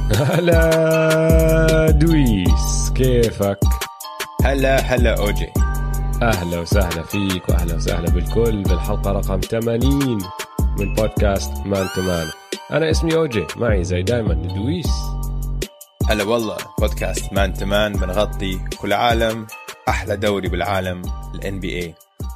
هلا دويس، كيفك؟ هلا أوجي. أهلا وسهلا فيك وأهلا وسهلا بالكل بالحلقة رقم 80 من بودكاست مان تو مان. أنا اسمي أوجي، معي زي دايما دويس. هلا والله، بودكاست مان تو مان بنغطي كل عالم. أحلى دوري بالعالم ال NBA.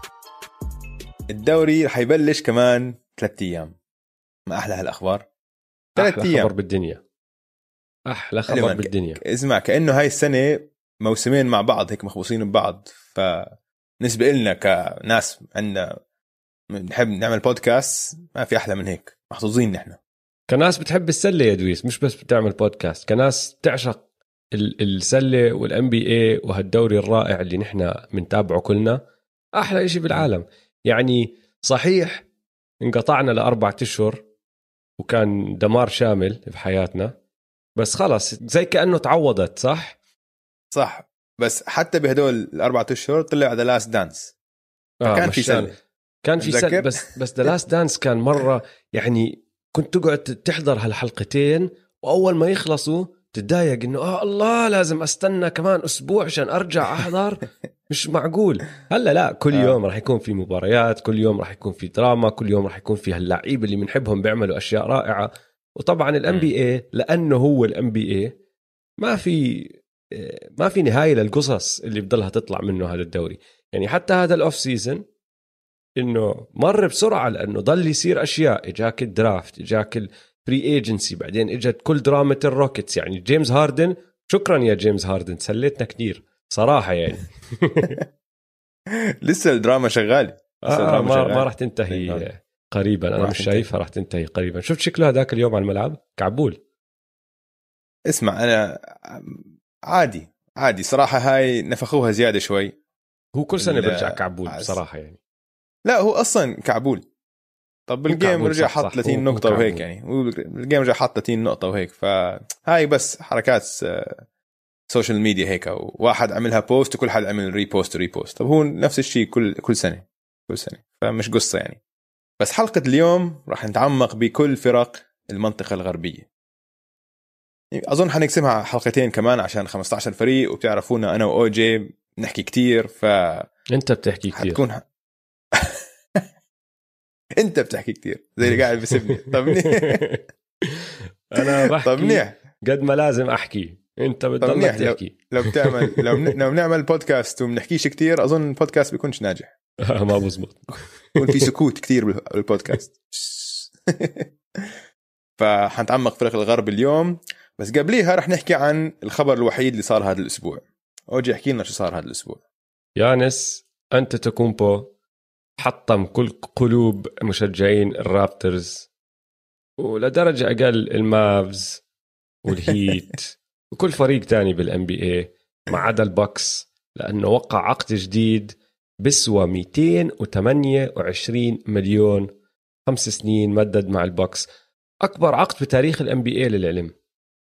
الدوري رح يبلش كمان 3 أيام. ما أحلى هالأخبار. 3 أيام خبر بالدنيا، أحلى خبر بالدنيا. اسمع، كأنه هاي السنة موسمين مع بعض هيك مخبوصين ببعض. فنسبة إلنا كناس عندنا بنحب نعمل بودكاست، ما في أحلى من هيك. محظوظين نحن كناس بتحب السلة يا دويس، مش بس بتعمل بودكاست، كناس تعشق السلة والان بي اي وهالدوري الرائع اللي نحن منتابعه كلنا. أحلى إشي بالعالم. يعني صحيح انقطعنا ل4 أشهر وكان دمار شامل بحياتنا، بس خلص زي كأنه تعوضت. صح. بس حتى بهدول 4 أشهر طلع ذا لاست دانس. كان في سلة، كان في سلة، بس ذا لاست دانس كان مرة يعني كنت تقعد تحضر هالحلقتين وأول ما يخلصوا تتضايق إنه الله لازم أستنى كمان أسبوع عشان أرجع أحضر. مش معقول. هلا لا، كل يوم راح يكون في مباريات، كل يوم راح يكون في دراما، كل يوم راح يكون في هاللعيبة اللي بنحبهم بيعملوا أشياء رائعة. وطبعا الان بي اي لأنه هو الان بي اي ما في نهاية للقصص اللي بضلها تطلع منه هذا الدوري. يعني حتى هذا الأوف سيزن إنه مر بسرعة، لأنه ضل يصير أشياء. إجاك الدرافت، إجاك البري ايجنسي، بعدين إجت كل درامة الروكيتس. يعني جيمس هاردن، شكرا يا جيمس هاردن، سليتنا كتير صراحة يعني. لسه الدراما شغالة. ما راح تنتهي قريبا. أنا مش شايفها راح تنتهي قريبا. شفت شكله هذاك اليوم على الملعب كعبول. اسمع، أنا عادي صراحة. هاي نفخوها زيادة شوي. هو كل سنة برجع كعبول بصراحة يعني. لا، هو أصلا كعبول. طب بالجيم رجع حط 30 نقطة وهيك. يعني بالجيم رجع حط 30 نقطة وهيك. فهاي بس حركات سوشيال ميديا هيك، واحد عملها بوست وكل حد عمل ريبوست. طب هو نفس الشيء كل سنة. فمش قصة يعني. بس حلقة اليوم راح نتعمق بكل فرق المنطقة الغربية. أظن حنقسمها حلقتين كمان عشان 15 فريق، وبتعرفونا أنا وأوجي نحكي كتير. أنت بتحكي كتير. حتكون أنت بتحكي كتير زي اللي قاعد بسبني. طب أنا بحكي طب منيح قد ما لازم أحكي. أنت بتضل تحكي. لو نعمل بودكاست ومنحكيش كتير، أظن البودكاست بيكونش ناجح. ما بزبط. يكون في سكوت كتير بالبودكاست. فحنتعمق في الغرب اليوم، بس قبليها رح نحكي عن الخبر الوحيد اللي صار هذا الأسبوع. أوجي احكي لنا شو صار هذا الأسبوع. يانس أنتetokounمبو حطم كل قلوب مشجعين الرابترز، ولدرجة أقل المافز والهيت وكل فريق تاني بالان بي اي ما عدا البوكس، لأنه وقع عقد جديد بسوى 228 مليون 5 سنين مدد مع البوكس. أكبر عقد بتاريخ الان بي اي للعلم.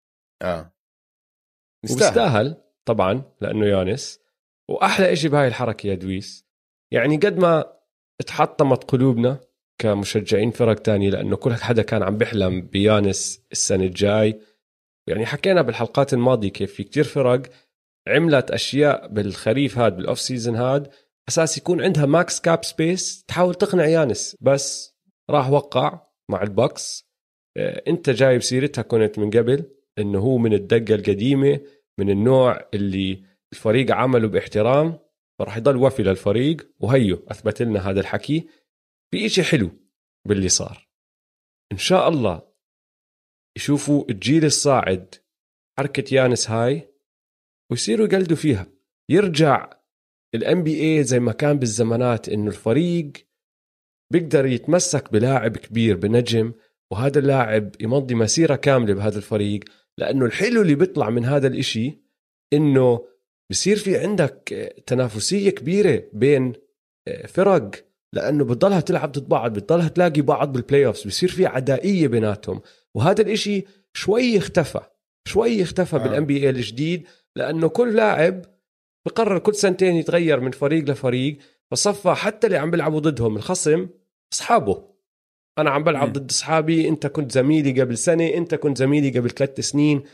وبستاهل طبعا لأنه يانس. وأحلى إشي بهاي الحركة يا دويس، يعني قد ما اتحطمت قلوبنا كمشجعين فرق تاني، لأنه كل حدا كان عم بيحلم بيانس السنة الجاي. يعني حكينا بالحلقات الماضية كيف في كتير فرق عملت أشياء بالخريف هاد بالأوف سيزن هاد أساس يكون عندها ماكس كاب سبيس تحاول تقنع يانس، بس راح وقع مع البوكس. انت جايب سيرتها كنت من قبل انه هو من الدقة القديمة، من النوع اللي الفريق عمله باحترام، فراح يضل وفي للفريق. وهيو أثبت لنا هذا الحكي. في إشي حلو باللي صار، إن شاء الله يشوفوا الجيل الصاعد حركة يانس هاي ويصيروا يقلدوا فيها. يرجع الان بي اي زي ما كان بالزمانات، إنه الفريق بيقدر يتمسك بلاعب كبير بنجم، وهذا اللاعب يمضي مسيرة كاملة بهذا الفريق. لأنه الحلو اللي بيطلع من هذا الإشي إنه بصير في عندك تنافسية كبيرة بين فرق، لأنه بتضلها تلعب ضد بعض، بتضلها تلاقي بعض بالبلاي أوفس، بصير في عدائية بيناتهم. وهذا الإشي شوي اختفى بالان بي اي الجديد، لأنه كل لاعب بقرر كل سنتين يتغير من فريق لفريق. فصفى حتى اللي عم بيلعبوا ضدهم الخصم أصحابه. أنا عم بلعب ضد أصحابي، أنت كنت زميلي قبل سنة، أنت كنت زميلي قبل 3 سنين.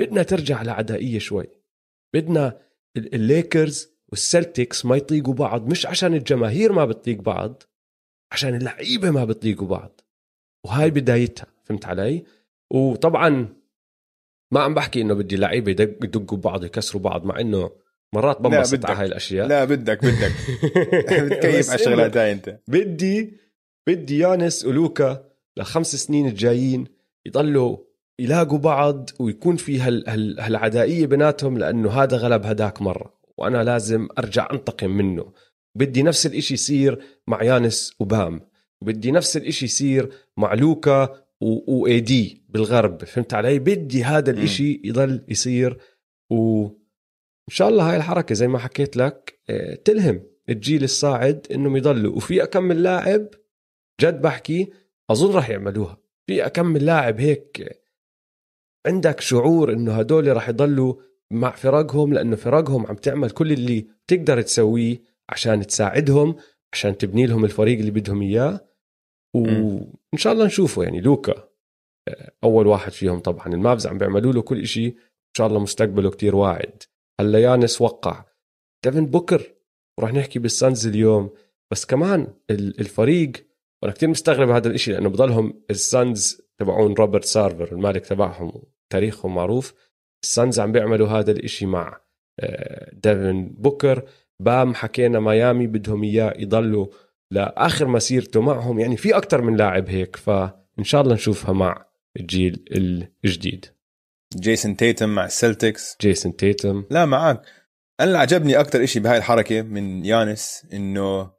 بدنا ترجع لعدائية شوي. بدنا الليكرز والسلتيكس ما يطيقوا بعض، مش عشان الجماهير ما بتطيق بعض، عشان اللعيبة ما بتطيقوا بعض. وهاي بدايتها، فهمت علي؟ وطبعا ما عم بحكي انه بدي لعيبة يدقوا بعض يكسروا بعض، مع انه مرات بنبسط على هاي الاشياء. لا بدك بتكيف على الشغلات هاي انت. بدي يانس ولوكا ل5 سنين الجايين يضلوا يلاقوا بعض ويكون في هالعدائية بيناتهم، لأنه هذا غلب هداك مرة وأنا لازم أرجع أنتقم منه. بدي نفس الاشي يصير مع يانس وبام، وبدي نفس الاشي يصير مع لوكا وإيدي بالغرب، فهمت علي؟ بدي هذا الاشي يضل يصير، وإن شاء الله هاي الحركة زي ما حكيت لك تلهم الجيل الصاعد إنهم يضلوا. وفي أكم من لاعب جد بحكي أظن رح يعملوها، في أكم من لاعب هيك عندك شعور إنه هدول رح يضلوا مع فرقهم، لأنه فرقهم عم تعمل كل اللي تقدر تسويه عشان تساعدهم، عشان تبني لهم الفريق اللي بدهم إياه. وإن شاء الله نشوفه. يعني لوكا أول واحد فيهم طبعا، المابز عم بيعملوا له كل إشي، إن شاء الله مستقبله كتير واعد. هلا يانس وقع، ديفن بوكر ورح نحكي بالسانز اليوم، بس كمان الفريق. وأنا كتير مستغرب هذا الإشي، لأنه بضلهم السانز تبعون روبرت سارفر المالك تبعهم، تاريخهم معروف. السانز عم بيعملوا هذا الإشي مع ديفن بوكر. بام حكينا ميامي بدهم إياه يضلوا لآخر مسيرته معهم، يعني في أكتر من لاعب هيك، فإن شاء الله نشوفها مع الجيل الجديد. جيسون تيتم مع السلتكس. جيسون تيتم، لا معاك. أنا اللي عجبني أكتر إشي بهاي الحركة من يانس، إنه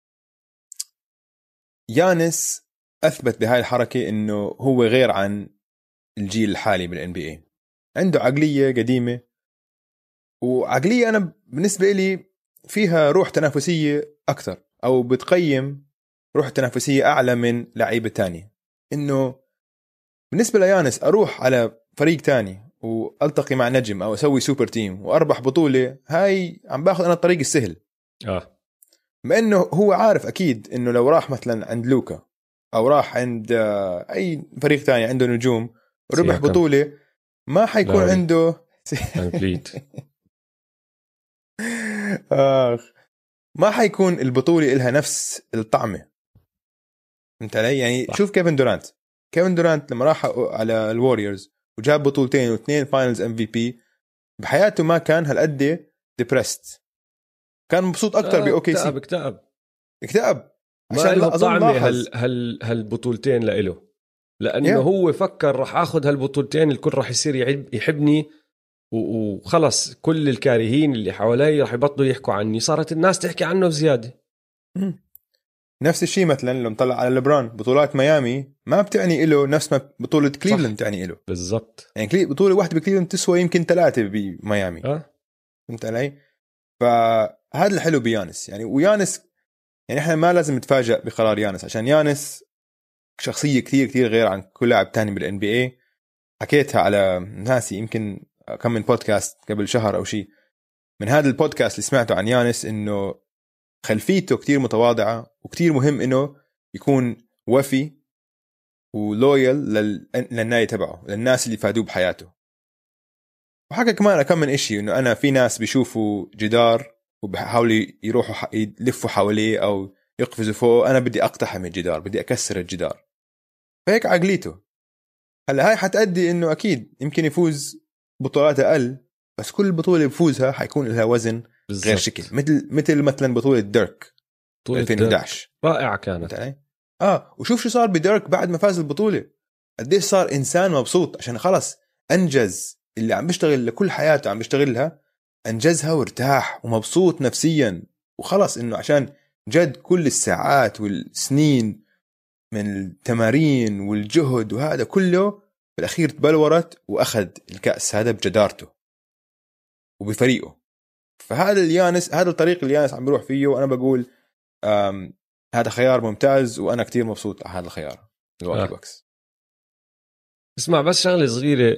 يانس أثبت بهاي الحركة إنه هو غير عن الجيل الحالي بالNBA. عنده عقلية قديمة، وعقلية أنا بالنسبة لي فيها روح تنافسية أكتر، أو بتقيم روح تنافسية أعلى من لعيبة تانية. إنه بالنسبة ليانس أروح على فريق تاني والتقي مع نجم او اسوي سوبر تيم واربح بطولة، هاي عم باخذ انا الطريق السهل. بما انه هو عارف اكيد انه لو راح مثلا عند لوكا او راح عند اي فريق تاني عنده نجوم وربح بطولة، ما حيكون عنده ما حيكون البطولة إلها نفس الطعمة. انت علي؟ يعني شوف كيفن دورانت لما راح على الواريورز وجاب بطولتين واثنين فاينلز MVP، بحياته ما كان هالقد ديبرست، كان مبسوط اكثر بأوكي سي. اكتئب عشان طعمه هالبطولتين لإله، لأنه هو فكر رح أخذ هالبطولتين الكل رح يصير يحبني وخلص كل الكارهين اللي حوالي رح يبطلوا يحكوا عني، صارت الناس تحكي عنه بزيادة. نفس الشيء مثلا لما طلع على لبران، بطولات ميامي ما بتعني له نفس ما بطولة كليفلاند تعني له بالضبط. يعني بطولة واحدة بكليفلاند تسوى يمكن 3 بميامي. فهمت علي؟ فهذا الحلو بيانس. يعني ويانس يعني احنا ما لازم نتفاجأ بقرار يانس، عشان يانس شخصية كثير كثير غير عن كل لاعب تاني بالNBA. حكيتها على ناسي يمكن كم من بودكاست قبل شهر أو شيء. من هذا البودكاست اللي سمعته عن يانس إنه خلفيته كتير متواضعة، وكتير مهم إنه يكون وفي ولويال للنادي تبعه، للناس اللي فادوه بحياته. وحكى كمان كم من إشي إنه أنا في ناس بيشوفوا جدار وبحاولوا يروحوا يلفوا حواليه أو يقفزوا فوق، أنا بدي أقتحم الجدار، بدي أكسر الجدار. فهيك عقليته. هلا هاي حتأدي إنه أكيد يمكن يفوز بطولات أقل، بس كل بطولة بفوزها حيكون لها وزن بالزبط. غير شكل، مثل بطولة ديرك 2011 رائعة كانت. وشوف شو صار بديرك بعد ما فاز البطولة، قديش صار إنسان مبسوط عشان خلص أنجز اللي عم بيشتغل لكل حياته عم بيشتغلها، أنجزها وارتاح ومبسوط نفسيا وخلص. إنه عشان جد كل الساعات والسنين من التمارين والجهد وهذا كله بالأخير تبلورت وأخذ الكأس هذا بجدارته وبفريقه. فهذا اليانس، هذا الطريق اللي يانس عم بيروح فيه، وأنا بقول هذا خيار ممتاز، وأنا كتير مبسوط على هذا الخيار الواقي بوكس. اسمع بس شغلة صغيرة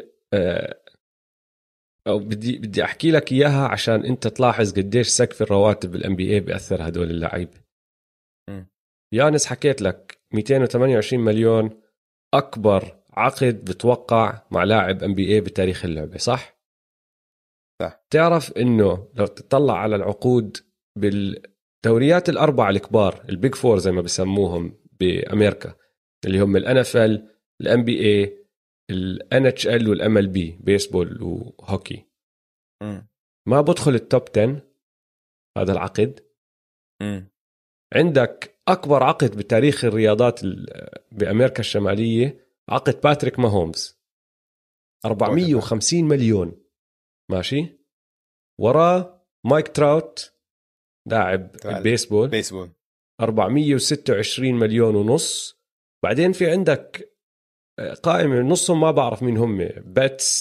أو بدي أحكي لك إياها عشان أنت تلاحظ قديش سقف الرواتب بالNBA بيأثر هدول اللعيب. يانس حكيت لك 228 مليون أكبر عقد بتوقع مع لاعب NBA بتاريخ اللعبة، صح؟ تعرف إنه لو تطلع على العقود بالدوريات الأربعة الكبار البيج فور زي ما بسموهم بأمريكا، اللي هم NFL NBA NHL والMLB بيسبول وهوكي، ما بدخل التوب 10 هذا العقد. عندك أكبر عقد بتاريخ الرياضات بأمريكا الشمالية عقد باتريك ماهومز 450 مليون، ماشي. وراه مايك تراوت لاعب بيسبول 426 مليون ونص. بعدين في عندك قائمة نصهم ما بعرف مين هم، باتس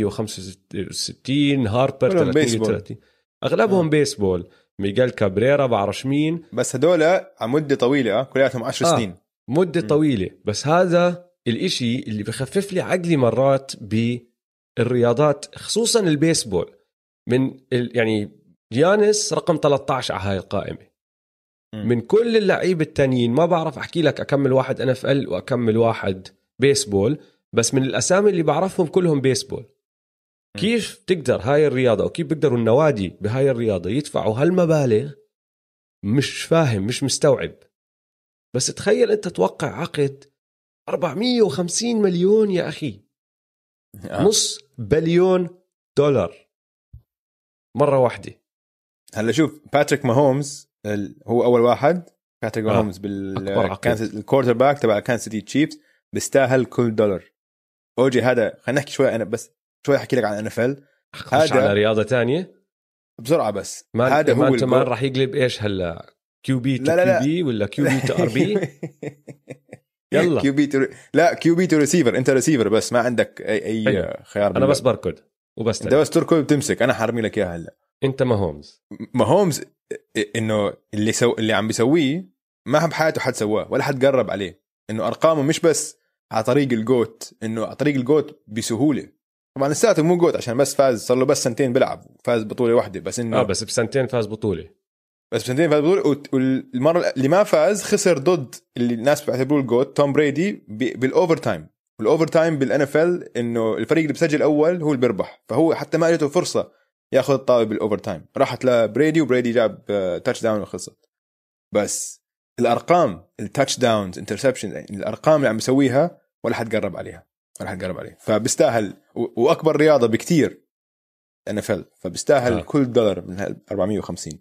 365، هاربر 330، أغلبهم بيسبول. ميغال كابريرا بعرفش مين، بس هدول على مدة طويلة كلياتهم 10 سنين مدة طويلة. بس هذا الاشي اللي بخفف لي عقلي مرات بالرياضات خصوصا البيسبول من يعني يانس رقم 13 على هاي القائمة. من كل اللعيبة التانيين ما بعرف أحكي لك أكمل واحد NFL وأكمل واحد بيسبول، بس من الأسامي اللي بعرفهم كلهم بيسبول. كيف تقدر هاي الرياضة وكيف بيقدروا النوادي بهاي الرياضة يدفعوا هالمبالغ؟ مش فاهم، مش مستوعب. بس تخيل أنت توقع عقد 450 مليون يا أخي، نص بليون دولار مرة واحدة. هلا شوف باتريك ماهومز هو أول واحد. باتريك ماهومز الكورتر باك تبع كانساس سيتي تشيفز بيستاهل كل دولار. أوجي هذا خلينا نحكي شوي، أنا بس شوي أحكي لك عن NFL. هذا على رياضة تانية بسرعة بس. هذا هو ما راح يقلب إيش هلا QB to QB ولا QB to RB؟ يلا QB to ريسيفر. انت ريسيفر بس ما عندك اي خيار. انا بس بركض وبس. انت بس تركض بتمسك. انا حرمي لك اياها هلا. انت ماهومز انه اللي عم بيسويه ما بحياته حد سواه ولا حد قرب عليه. انه ارقامه مش بس على طريق الجوت، انه على طريق الجوت بسهوله. طبعا لساته مو جوت عشان بس فاز، صار له بس سنتين بيلعب وفاز بطوله واحده بس. انه بس بسنتين فاز بطوله. والمره اللي ما فاز خسر ضد اللي الناس بيعتبروه الجوت توم بريدي بالاوفر تايم. والاوفر تايم بالNFL انه الفريق اللي بسجل اول هو اللي بيربح، فهو حتى ما اجته فرصه ياخذ الطاوله بالاوفر تايم، راحت لبريدي وبريدي جاب تاتش داون وخلصت. بس الارقام التاتش داونز انترسبشن، الارقام اللي عم يسويها ولا حد قرب عليها ولا حد قرب عليه. فبيستاهل، واكبر رياضه بكتير NFL، فبيستاهل كل دولار من 450.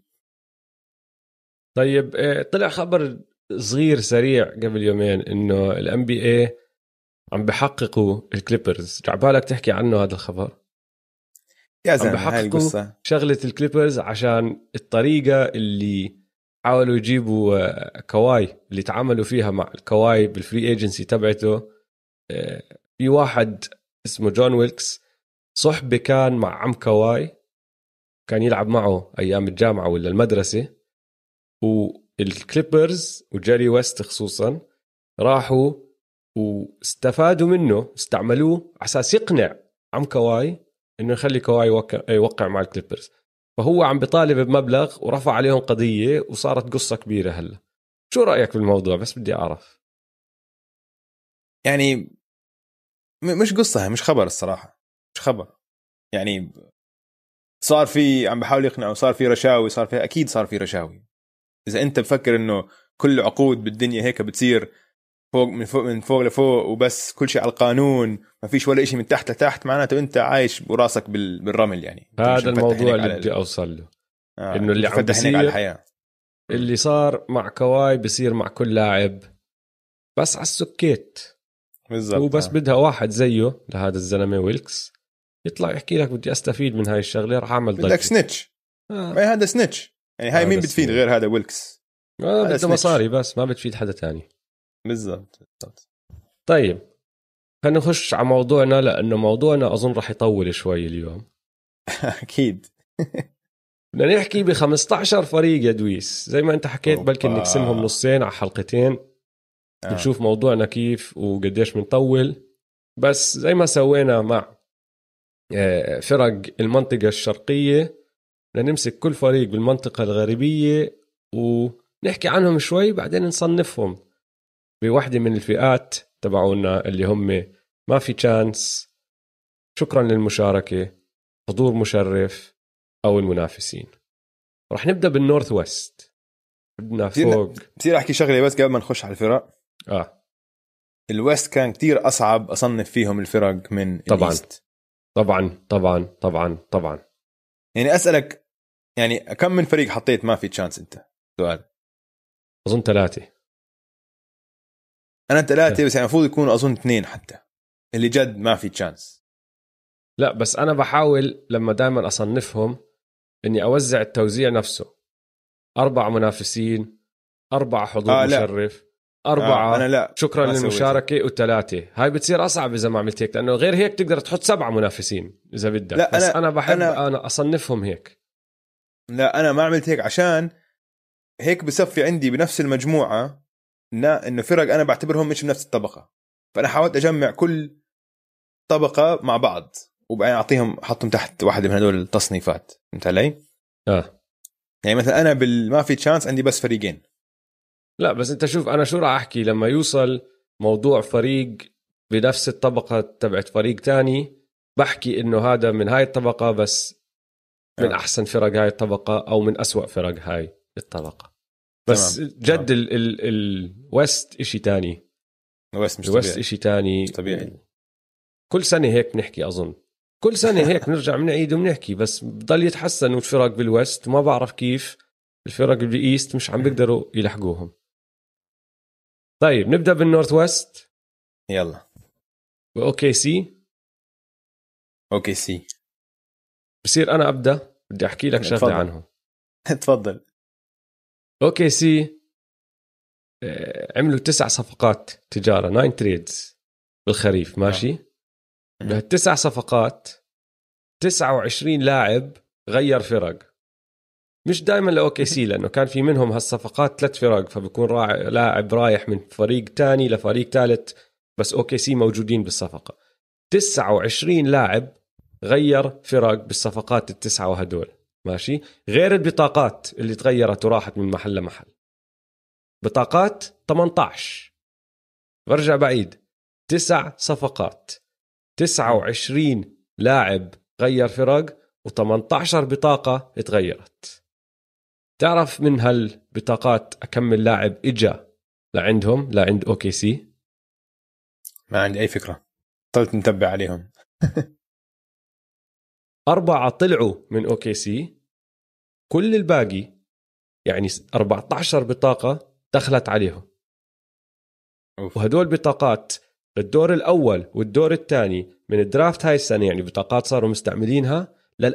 طيب طلع خبر صغير سريع قبل يومين انه الNBA عم بحققوا الكليبرز. جعبالك تحكي عنه هذا الخبر؟ يا زلمه هاي القصه شغله الكليبرز عشان الطريقه اللي حاولوا يجيبوا كواي اللي تعاملوا فيها مع الكواي بالفري ايجنسي تبعته. في واحد اسمه جون ويلكس صحبه كان مع عم كواي، كان يلعب معه ايام الجامعه ولا المدرسه. والكليبرز وجيري ويست خصوصا راحوا واستفادوا منه، استعملوه على اساس يقنع عم كواي انه يخلي كواي يوقع مع الكليبرز. فهو عم بيطالب بمبلغ ورفع عليهم قضية وصارت قصة كبيرة. هلا شو رأيك بالموضوع؟ بس بدي أعرف. يعني مش قصة، مش خبر الصراحة، مش خبر. يعني صار في عم بحاول يقنعه، صار في رشاوي، صار في أكيد صار في رشاوي. إذا أنت بفكر إنه كل عقود بالدنيا هيك بتصير فوق من فوق لفوق وبس كل شيء على القانون، ما فيش ولا إشي من تحت لتحت، معناته أنت عايش براسك بالرمل. يعني هذا الموضوع اللي بدي أوصل له. إنه اللي عم بيصير على الحياة، اللي صار مع كواي بيصير مع كل لاعب بس على السكيت بالضبط. هو بس بدها واحد زيه لهذا الزلمة ويلكس يطلع يحكي لك بدي أستفيد من هاي الشغلة، رح أعمل ضجة. بدك سنيتش. ما هذا سنيتش يعني. هاي مين بتفيد غير هذا ويلكس؟ بده مصاري بس ما بتفيد حدا تاني. بالضبط. طيب خلينا نخش على موضوعنا، لأنه موضوعنا أظن رح يطول شوي اليوم. أكيد. بدنا نحكي ب15 فريق يا دويس زي ما أنت حكيت. بلكن نقسمهم نصين على حلقتين. نشوف موضوعنا كيف وقديش منطول. بس زي ما سوينا مع فرق المنطقة الشرقية، بدنا نمسك كل فريق بالمنطقة الغربية ونحكي عنهم شوي، بعدين نصنفهم بواحدة من الفئات تبعونا اللي هم ما في تشانس. شكرا للمشاركة، حضور مشرف أو المنافسين. رح نبدأ بالنورث ويست. بدنا فوق. بصير أحكي شغلة بس قبل ما نخش على الفرق. الويست كان كتير أصعب أصنف فيهم الفرق من طبعا الإيست. طبعا طبعا طبعا طبعا. يعني أسألك، يعني كم من فريق حطيت ما في تشانس أنت؟ سؤال. أظن 3. أنا 3 بس يعني المفروض يكونوا أظن 2 حتى اللي جد ما في تشانس. لا بس أنا بحاول لما دائما أصنفهم إني أوزع التوزيع نفسه. 4 منافسين، 4 حضور مشرف، 4 أنا لا. شكرا للمشاركة و3. هاي بتصير أصعب إذا ما عملت هيك، لأنه غير هيك تقدر تحط 7 منافسين إذا بدك. لا بس أنا بحب أنا أصنفهم هيك. لا أنا ما عملت هيك عشان هيك بصفي عندي بنفس المجموعة إنه فرق أنا بعتبرهم مش بنفس الطبقة، فأنا حاولت أجمع كل طبقة مع بعض وبعدين أعطيهم أحطهم تحت واحدة من هدول التصنيفات. فهمت علي؟ يعني مثلا أنا ما في تشانس عندي بس فريقين. لا بس أنت شوف أنا شو راح أحكي لما يوصل موضوع فريق بنفس الطبقة تبعت فريق تاني، بحكي إنه هذا من هاي الطبقة بس من أحسن فرق هاي الطبقة أو من أسوأ فرق هاي الطبقة. بس تمام. جد الويست إشي تاني. الويست إشي تاني طبيعي. كل سنة هيك بنحكي، أظن كل سنة هيك نرجع بنعيد وبنحكي، بس بضل يتحسنوا الفرق بالويست. ما بعرف كيف الفرق بالإيست مش عم بيقدروا يلحقوهم. طيب نبدأ بالنورث ويست. يلا. وأوكي سي. أوكي سي. بصير أنا أبدأ، بدي أحكي لك شغلة عنهم. تفضل. أوكي سي عملوا 9 صفقات تجارة 9 تريدز بالخريف. ماشي. بهال9 صفقات 29 لاعب غير فرق. مش دائما لأوكي سي لأنه كان في منهم هالصفقات 3 فرق، فبيكون لاعب رايح من فريق تاني لفريق ثالث، بس أوكي سي موجودين بالصفقة. 29 لاعب غير فرق بالصفقات ال9 وهدول. ماشي. غير البطاقات اللي تغيرت وراحت من محل لمحل. بطاقات 18. برجع بعيد 9 صفقات 29 لاعب غير فرق و18 بطاقة اتغيرت. تعرف من هالبطاقات أكمل لاعب إجا لعندهم لعند أوكي سي؟ ما عندي أي فكرة، طلت نتبع عليهم. 4 طلعوا من أوكي سي، كل الباقي يعني 14 بطاقة دخلت عليهم. وهدول بطاقات الدور الأول والدور الثاني من الدرافت هاي السنة، يعني بطاقات صاروا مستعملينها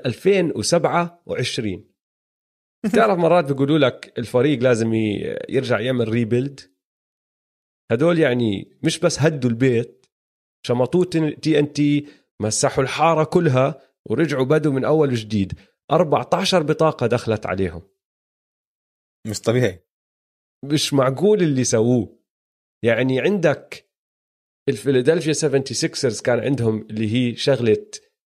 لل2027. تعرف مرات بيقولوا لك الفريق لازم يرجع يعمل ريبيلد. هدول يعني مش بس هدوا البيت، شمطوه TNT، مسحوا الحارة كلها ورجعوا بدوا من أول جديد. 14 بطاقة دخلت عليهم. مش طبيعي، مش معقول اللي سووه. يعني عندك الفيلادلفيا 76ers كان عندهم اللي هي شغلة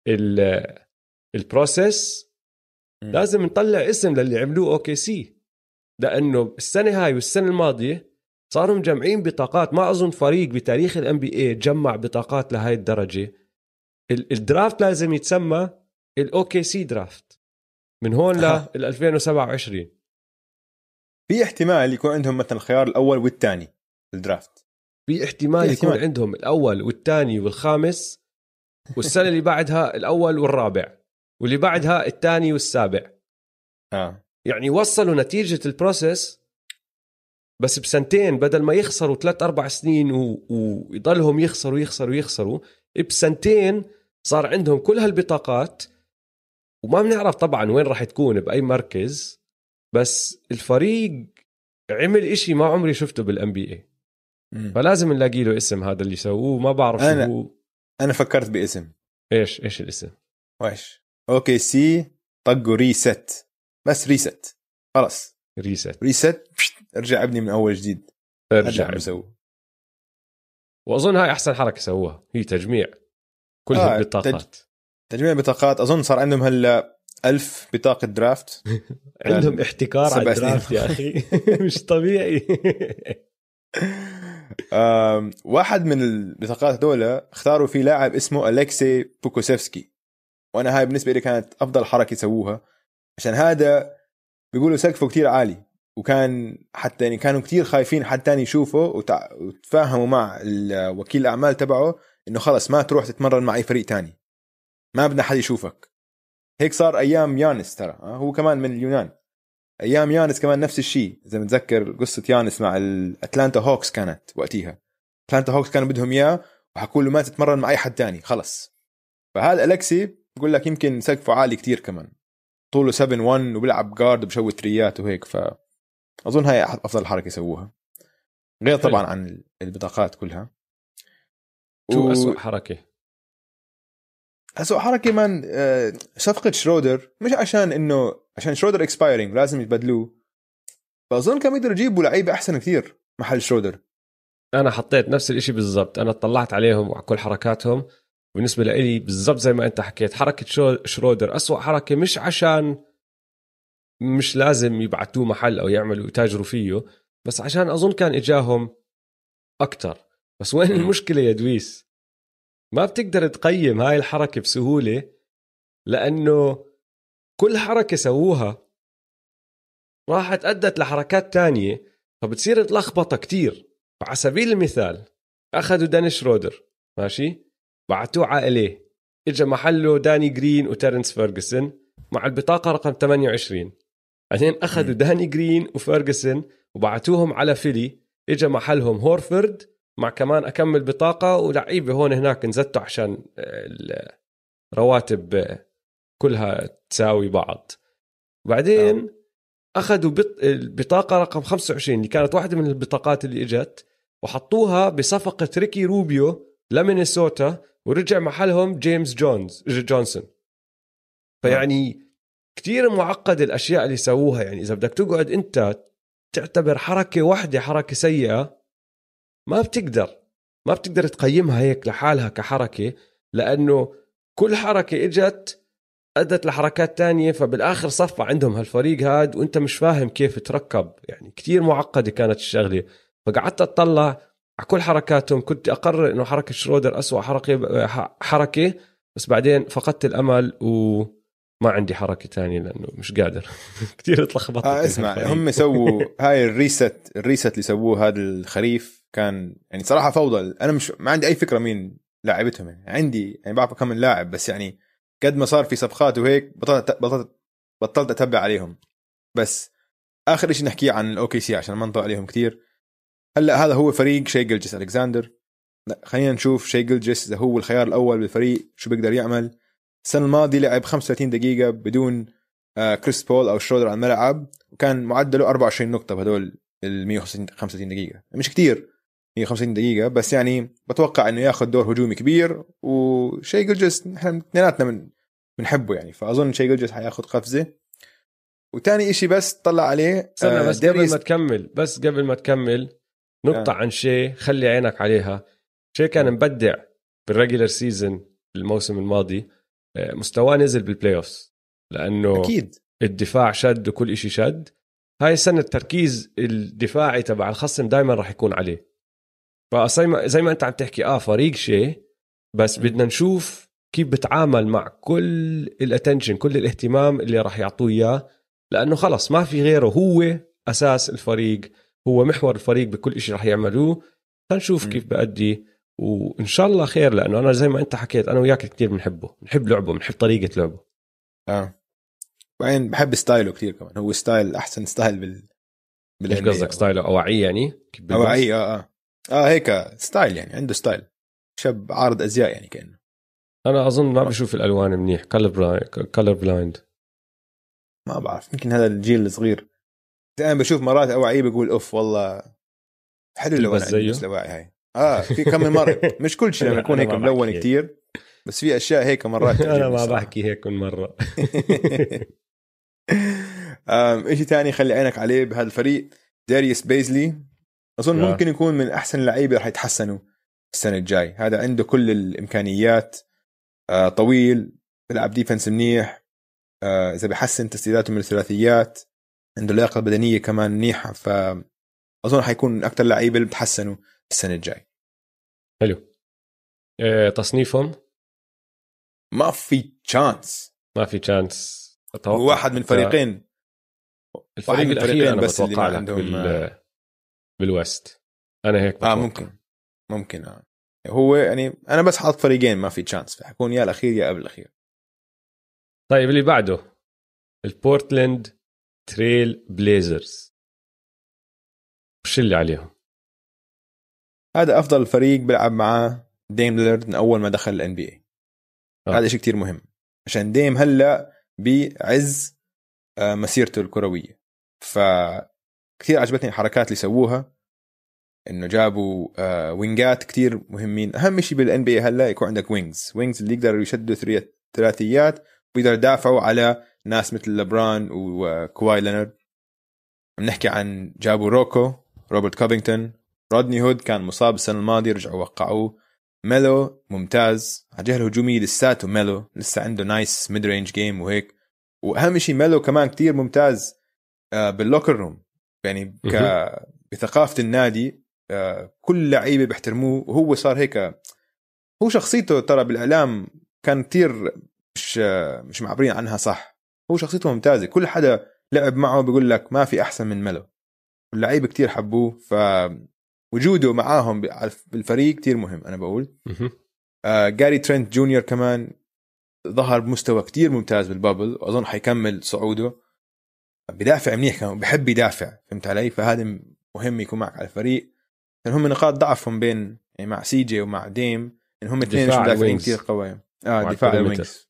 البروسيس. لازم نطلع اسم للي عملوه أوكي سي، لأنه السنة هاي والسنة الماضية صاروا مجمعين بطاقات. ما أظن فريق بتاريخ NBA جمع بطاقات لهاي الدرجة. الدرافت لازم يتسمى الأوكي سي درافت من هون ل 2027. في احتمال يكون عندهم مثلا الخيار الأول والثاني الدرافت. في احتمال يكون عندهم الأول والثاني والخامس، والسنة اللي بعدها الأول والرابع، واللي بعدها الثاني والسابع. يعني وصلوا نتيجة البروسيس بس بسنتين، بدل ما يخسروا 3-4 سنين ويضلهم يخسروا بسنتين صار عندهم كل هالبطاقات. وما بنعرف طبعا وين راح تكون بأي مركز، بس الفريق عمل إشي ما عمري شفته بالNBA. فلازم نلاقي له اسم هذا اللي سووه. ما بعرف شو هو. أنا فكرت باسم. إيش الاسم؟ وايش؟ أوكي سي طقوا ريست، بس ريست خلاص. ريست ارجع ابني من أول جديد. ارجع مسوي. وأظن هاي أحسن حركة سووها، هي تجميع كل البطاقات. تجميع بطاقات. أظن صار عندهم هلا 1000 بطاقة درافت. عندهم احتكار على الدرافت يا أخي. مش طبيعي. واحد من البطاقات دول اختاروا فيه لاعب اسمه أليكسي بوكوسيفسكي، وانا هاي بالنسبه لي كانت افضل حركه يسووها، عشان هذا بيقولوا سقفه كتير عالي، وكان حتى يعني كانوا كتير خايفين حد تاني يشوفه وتفاهموا مع وكيل الأعمال تبعه إنه خلص ما تروح تتمرن مع أي فريق تاني، ما بدنا حد يشوفك. هيك صار أيام يانس، ترى هو كمان من اليونان، أيام يانس كمان نفس الشيء. إذا متذكر قصة يانس مع الأتلانتا هوكس كانت وقتها، أتلانتا هوكس كانوا بدهم إياه وحكوا له ما تتمرن مع أي حد تاني خلص. فهذا أليكسي بقول لك يمكن سقفه عالي كتير، كمان طوله 7'1" وبيلعب جارد وبشوي تريات وهيك، فأظن هاي أفضل حركة يسووها، غير طبعا عن البطاقات كلها. شو أسوأ حركة؟ أسوأ حركة من صفقة شرودر، مش عشان شرودر اكسبايرينج لازم يتبدلوه، فأظن كانوا يقدروا يجيبوا لعيبة أحسن كثير محل شرودر. أنا حطيت نفس الاشي بالضبط، أنا اطلعت عليهم وعلى كل حركاتهم، بالنسبة لي بالضبط زي ما أنت حكيت، حركة شرودر أسوأ حركة، مش عشان مش لازم يبعتوه محل أو يعملوا يتاجروا فيه، بس عشان أظن كان إجاهم أكتر. بس وين المشكلة يا دويس؟ ما بتقدر تقيم هاي الحركة بسهولة، لأنه كل حركة سووها راحت أدت لحركات تانية، فبتصير تلخبطة كتير. على سبيل المثال أخذوا داني شرودر، ماشي، بعتوه عائليه، إجا محله داني جرين وتيرنس فيرغسون مع البطاقة رقم 28. بعدين أخذوا داني جرين وفيرغسون وبعتوهم على فيلي، إجا محلهم هورفورد مع كمان أكمل بطاقة ولعيبة هون هناك نزتوا عشان الرواتب كلها تساوي بعض. بعدين أخذوا البطاقة رقم 25 اللي كانت واحدة من البطاقات اللي إجت، وحطوها بصفقة ريكي روبيو لمينيسوتا، ورجع محلهم جيمس جونسون. فيعني كتير معقد الأشياء اللي سووها. يعني إذا بدك تقعد أنت تعتبر حركة واحدة حركة سيئة، ما بتقدر تقيمها هيك لحالها كحركة، لأنه كل حركة إجت أدت لحركات تانية، فبالآخر صفى عندهم هالفريق هاد وانت مش فاهم كيف تركب. يعني كتير معقدة كانت الشغلة. فقعدت أطلع على كل حركاتهم، كنت أقرر إنه حركة شرودر أسوأ حركة، بس بعدين فقدت الأمل وما عندي حركة تانية لأنه مش قادر. كتير اتلخبطت. اسمع، هم سووا هاي الريست اللي سووه هذا الخريف، كان يعني صراحة فوضى. أنا ما عندي أي فكرة مين لاعبتهم، يعني عندي يعني بعرف كم من لاعب، بس يعني قد ما صار في صفقات وهيك بطلت أتبع عليهم. بس آخر إشي نحكيه عن الأوكي سي عشان ما نطلع عليهم كتير. هلأ هذا هو فريق شي جيلجس ألكساندر. خلينا نشوف شي جيلجس إذا هو الخيار الأول بالفريق شو بيقدر يعمل. السنة الماضية لعب 35 دقيقة بدون كريس بول أو شرودر على الملعب، وكان معدله 24 نقطة بهدول 135 دقيقة. مش كتير 150 دقيقة، بس يعني بتوقع إنه ياخد دور هجومي كبير، وشي جيلجس نحن اثنيناتنا بنحبه يعني، فأظن شي جيلجس حياخد قفزة. وتاني إشي بس طلع عليه بس قبل ما تكمل نقطة عن شيء خلي عينك عليها. شيء كان مبدع بالريجولر سيزن الموسم الماضي، مستواه نزل بالبلاي اوفز لأنه أكيد الدفاع شد وكل إشي شد. هاي السنة التركيز الدفاعي تبع الخصم دايما راح يكون عليه. زي ما أنت عم تحكي فريق شيء، بس بدنا نشوف كيف بتعامل مع كل الاتنشن، كل الاهتمام اللي راح يعطوه إياه، لأنه خلص ما في غيره، هو أساس الفريق، هو محور الفريق بكل إشي راح يعملوه. هنشوف كيف بأدي، وإن شاء الله خير، لأنه أنا زي ما أنت حكيت أنا وياك كتير بنحب لعبه، بنحب طريقة لعبه. وبعدين بحب ستايله كتير كمان، هو ستايل أحسن ستايل إيش قصدك ستايله؟ أواعي يعني؟ أواعي هيك ستايل، يعني عنده ستايل، شاب عارض أزياء يعني كأنه. أنا أظن ما بشوف الألوان منيح، كولر بلايند، ما بعرف، يمكن هذا الجيل الصغير. أنا بشوف مرات أواعي بقول أوف والله حلو لو أنا عندي بس الأواعي هاي. في كم مرة مش كل شيء لما يكون هيك ملون كتير، بس في أشياء هيك مرات أنا ما بحكي هيك كل مرة. إشي تاني خلي عينك عليه بهذا الفريق، داريوس بيزلي. أظن ممكن يكون من أحسن اللعيبة رح يتحسنوا السنة الجاي. هذا عنده كل الإمكانيات، طويل، بيلعب ديفنس منيح، إذا بيحسن تسديداته من الثلاثيات، عنده لياقة بدنية كمان منيحة، فأظن حيكون من أكتر اللعيبة اللي بتحسنوا السنة الجاي. حلو. تصنيفهم ما في تشانس. أتوقع واحد من فريقين. الفريق الأخير أنا بس بتوقع لك عندهم بالوست. أنا هيك بتوقع. ممكن هو يعني أنا بس حاط فريقين ما في تشانس، فحكون يا الأخير يا قبل الأخير. طيب اللي بعده البورتلاند تريل بليزرز، وش اللي عليهم؟ هذا أفضل فريق بيلعب معاه ديم ليلارد من أول ما دخل ال NBA. هذا شيء كتير مهم عشان ديم هلأ بعز مسيرته الكروية. فكتير عجبتني الحركات اللي سووها، إنه جابوا وينجات كتير مهمين. أهم شيء بال NBA هلأ يكون عندك وينجز اللي يقدروا يشدوا ثلاثيات ويقدروا يدافعوا على ناس مثل لبران وكواي لينارد. بنحكي عن جابوا روبرت كوفينغتون، رودني هود كان مصاب السنة الماضية رجعوا وقعوه، ميلو ممتاز على الجهة الهجومية لساته، ميلو لسه عنده نايس ميد رينج جيم وهيك. وأهم شيء ميلو كمان كتير ممتاز باللوكر روم، يعني بثقافة النادي كل لعيبة بيحترموه، وهو صار هيك. هو شخصيته ترى بالإعلام كان كتير مش معبرين عنها صح. هو شخصيته ممتازة، كل حدا لعب معه بيقول لك ما في أحسن من ميلو، اللعيبة كتير حبوه، فوجوده معاهم بالفريق كتير مهم. أنا بقول جاري ترينت جونيور كمان ظهر بمستوى كتير ممتاز بالبابل، وأظن حيكمل صعوده. بدافع منيح، كمان بحب يدافع، فهمت علي؟ فهذا مهم يكون معك على الفريق، لأن هم نقاط ضعفهم بين يعني مع سي جي ومع ديم، إن هم اثنين مش مدافعين كتير قوية. دفاع الوينجز.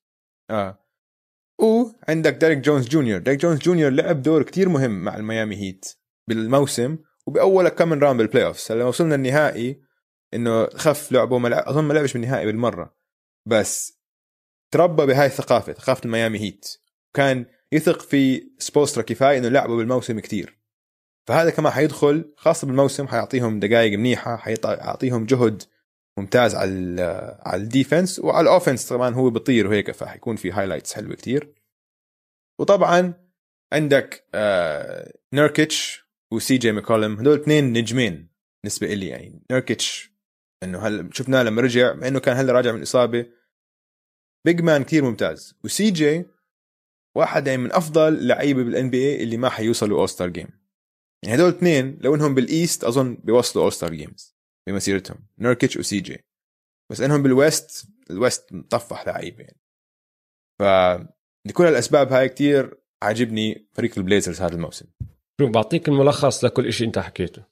وعندك ديريك جونز جونيور لعب دور كتير مهم مع الميامي هيت بالموسم، وبأول كم من راوند بالبلاي اوفز. لما وصلنا النهائي انه خف لعبه، اظن ما لعبش بالنهائي بالمره، بس تربى بهاي ثقافه الميامي هيت، وكان يثق في سبوسترا كفايه انه لعبه بالموسم كتير. فهذا كمان حيدخل خاصه بالموسم، حيعطيهم دقائق منيحه، حيعطيهم جهد ممتاز على الديفنس وعلى الاوفنس. طبعا هو بيطير وهيك، فحيكون في هايلايتس حلوه كتير. وطبعا عندك نيركيتش وسي جي ميكولم، هدول اثنين نجمين بالنسبه لي. يعني نيركيتش انه هل شفناه لما رجع، مع انه كان هلا راجع من اصابه، بيج مان كتير ممتاز. وسي جي واحد يعني من افضل لعيبه بالان بي اي اللي ما حيوصلوا اول ستار جيم. يعني هدول اثنين لو انهم بالايست اظن بيوصلوا اول ستار جيمز بمسيرتهم، نيركيتش وسي جي. بس انهم بالويست، الويست مطفح لعيبه يعني. لكل الاسباب هاي كتير عاجبني فريق البليزرز هذا الموسم. بعطيك الملخص لكل إشي انت حكيته.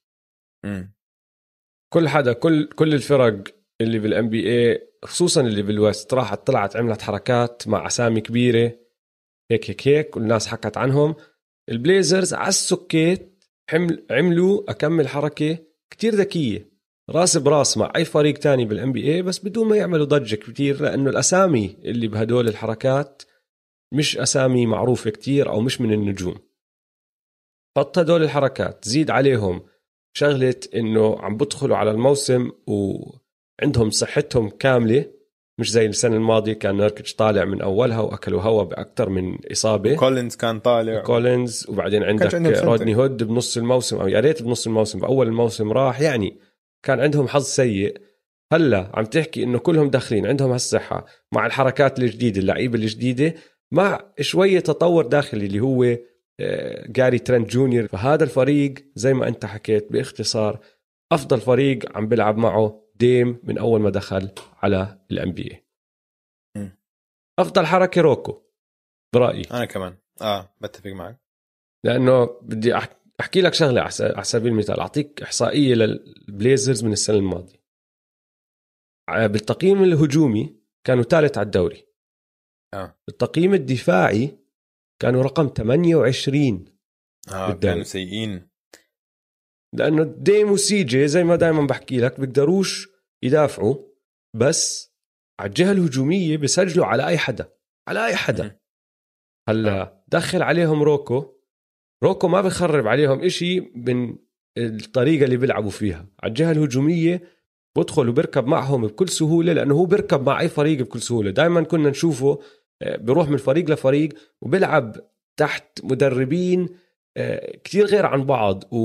كل حدا كل الفرق اللي بالان بي اي خصوصا اللي بالويست راحت طلعت عملت حركات مع اسامي كبيره هيك والناس حكت عنهم. البليزرز على السكيت عملوا اكمل حركه كتير ذكيه راس براس مع اي فريق تاني بالان بي اي، بس بدون ما يعملوا ضجه كتير، لانه الاسامي اللي بهدول الحركات مش اسامي معروفه كتير او مش من النجوم. حط هدول الحركات، زيد عليهم شغلة إنه عم بدخلوا على الموسم وعندهم صحتهم كاملة، مش زي السنة الماضية كان نيركيتش طالع من أولها وأكلوا هوا بأكتر من إصابة. كولينز كان طالع، وبعدين عندك رودني هود بنص الموسم، أو يا ريت بنص الموسم، بأول الموسم راح. يعني كان عندهم حظ سيء. هلا عم تحكي إنه كلهم داخلين عندهم هالصحة مع الحركات الجديدة، اللعيبة الجديدة، مع شوية تطور داخلي اللي هو جاري ترينت جونيور. فهذا الفريق زي ما انت حكيت باختصار افضل فريق عم بلعب معه ديم من اول ما دخل على الان بي اي. افضل حركه روكو برايي. انا كمان بتفق معك، لانه بدي احكي لك شغله على سبيل المثال. اعطيك احصائيه للبليزرز من السنه الماضيه. بالتقييم الهجومي كانوا ثالث على الدوري. بالتقييم الدفاعي كانوا رقم 28. كانوا سيئين، لأنه ديم وسي جي زي ما دائما بحكي لك بيقدروش يدافعوا، بس على الجهة الهجومية بيسجلوا على أي حدا. هلا دخل عليهم روكو ما بيخرب عليهم إشي من الطريقة اللي بيلعبوا فيها. على الجهة الهجومية بدخل وبركب معهم بكل سهولة، لأنه هو بركب مع أي فريق بكل سهولة. دائما كنا نشوفه بيروح من فريق لفريق وبيلعب تحت مدربين كتير غير عن بعض،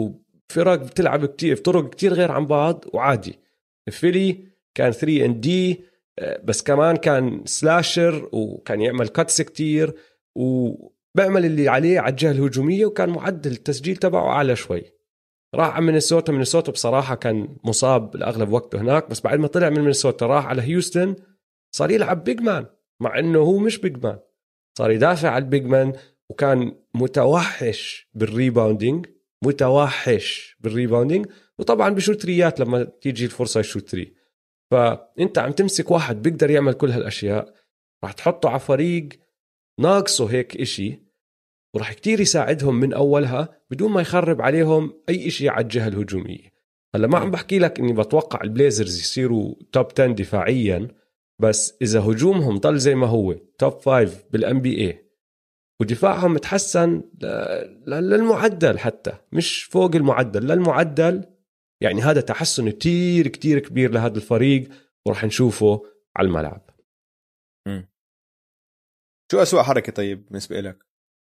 فرق بتلعب كتير بطرق كتير غير عن بعض وعادي. فيلي كان 3 and D بس كمان كان سلاشر وكان يعمل كاتس كتير وبعمل اللي عليه على الجهة الهجومية وكان معدل التسجيل تبعه أعلى شوي. راح على مينيسوتا بصراحة كان مصاب الأغلب وقته هناك، بس بعد ما طلع من مينيسوتا راح على هيوستن صار يلعب بيج مان مع أنه هو مش بيج مان، صار يدافع على البيج مان وكان متوحش بالريباوندينج وطبعا بشوت ريات لما تيجي الفرصة يشوت 3. فأنت عم تمسك واحد بيقدر يعمل كل هالأشياء، راح تحطه على فريق ناقصه هيك إشي وراح كتير يساعدهم من أولها بدون ما يخرب عليهم أي إشي على الجهة الهجومية. هلا ما عم بحكي لك إني بتوقع البليزرز يصيروا توب 10 دفاعيا، بس إذا هجومهم ضل زي ما هو توب 5 بالNBA ودفاعهم متحسن للمعدل، حتى مش فوق المعدل للمعدل، يعني هذا تحسن كتير كتير كبير لهذا الفريق وراح نشوفه على الملعب. شو أسوأ حركة طيب بالنسبة لك؟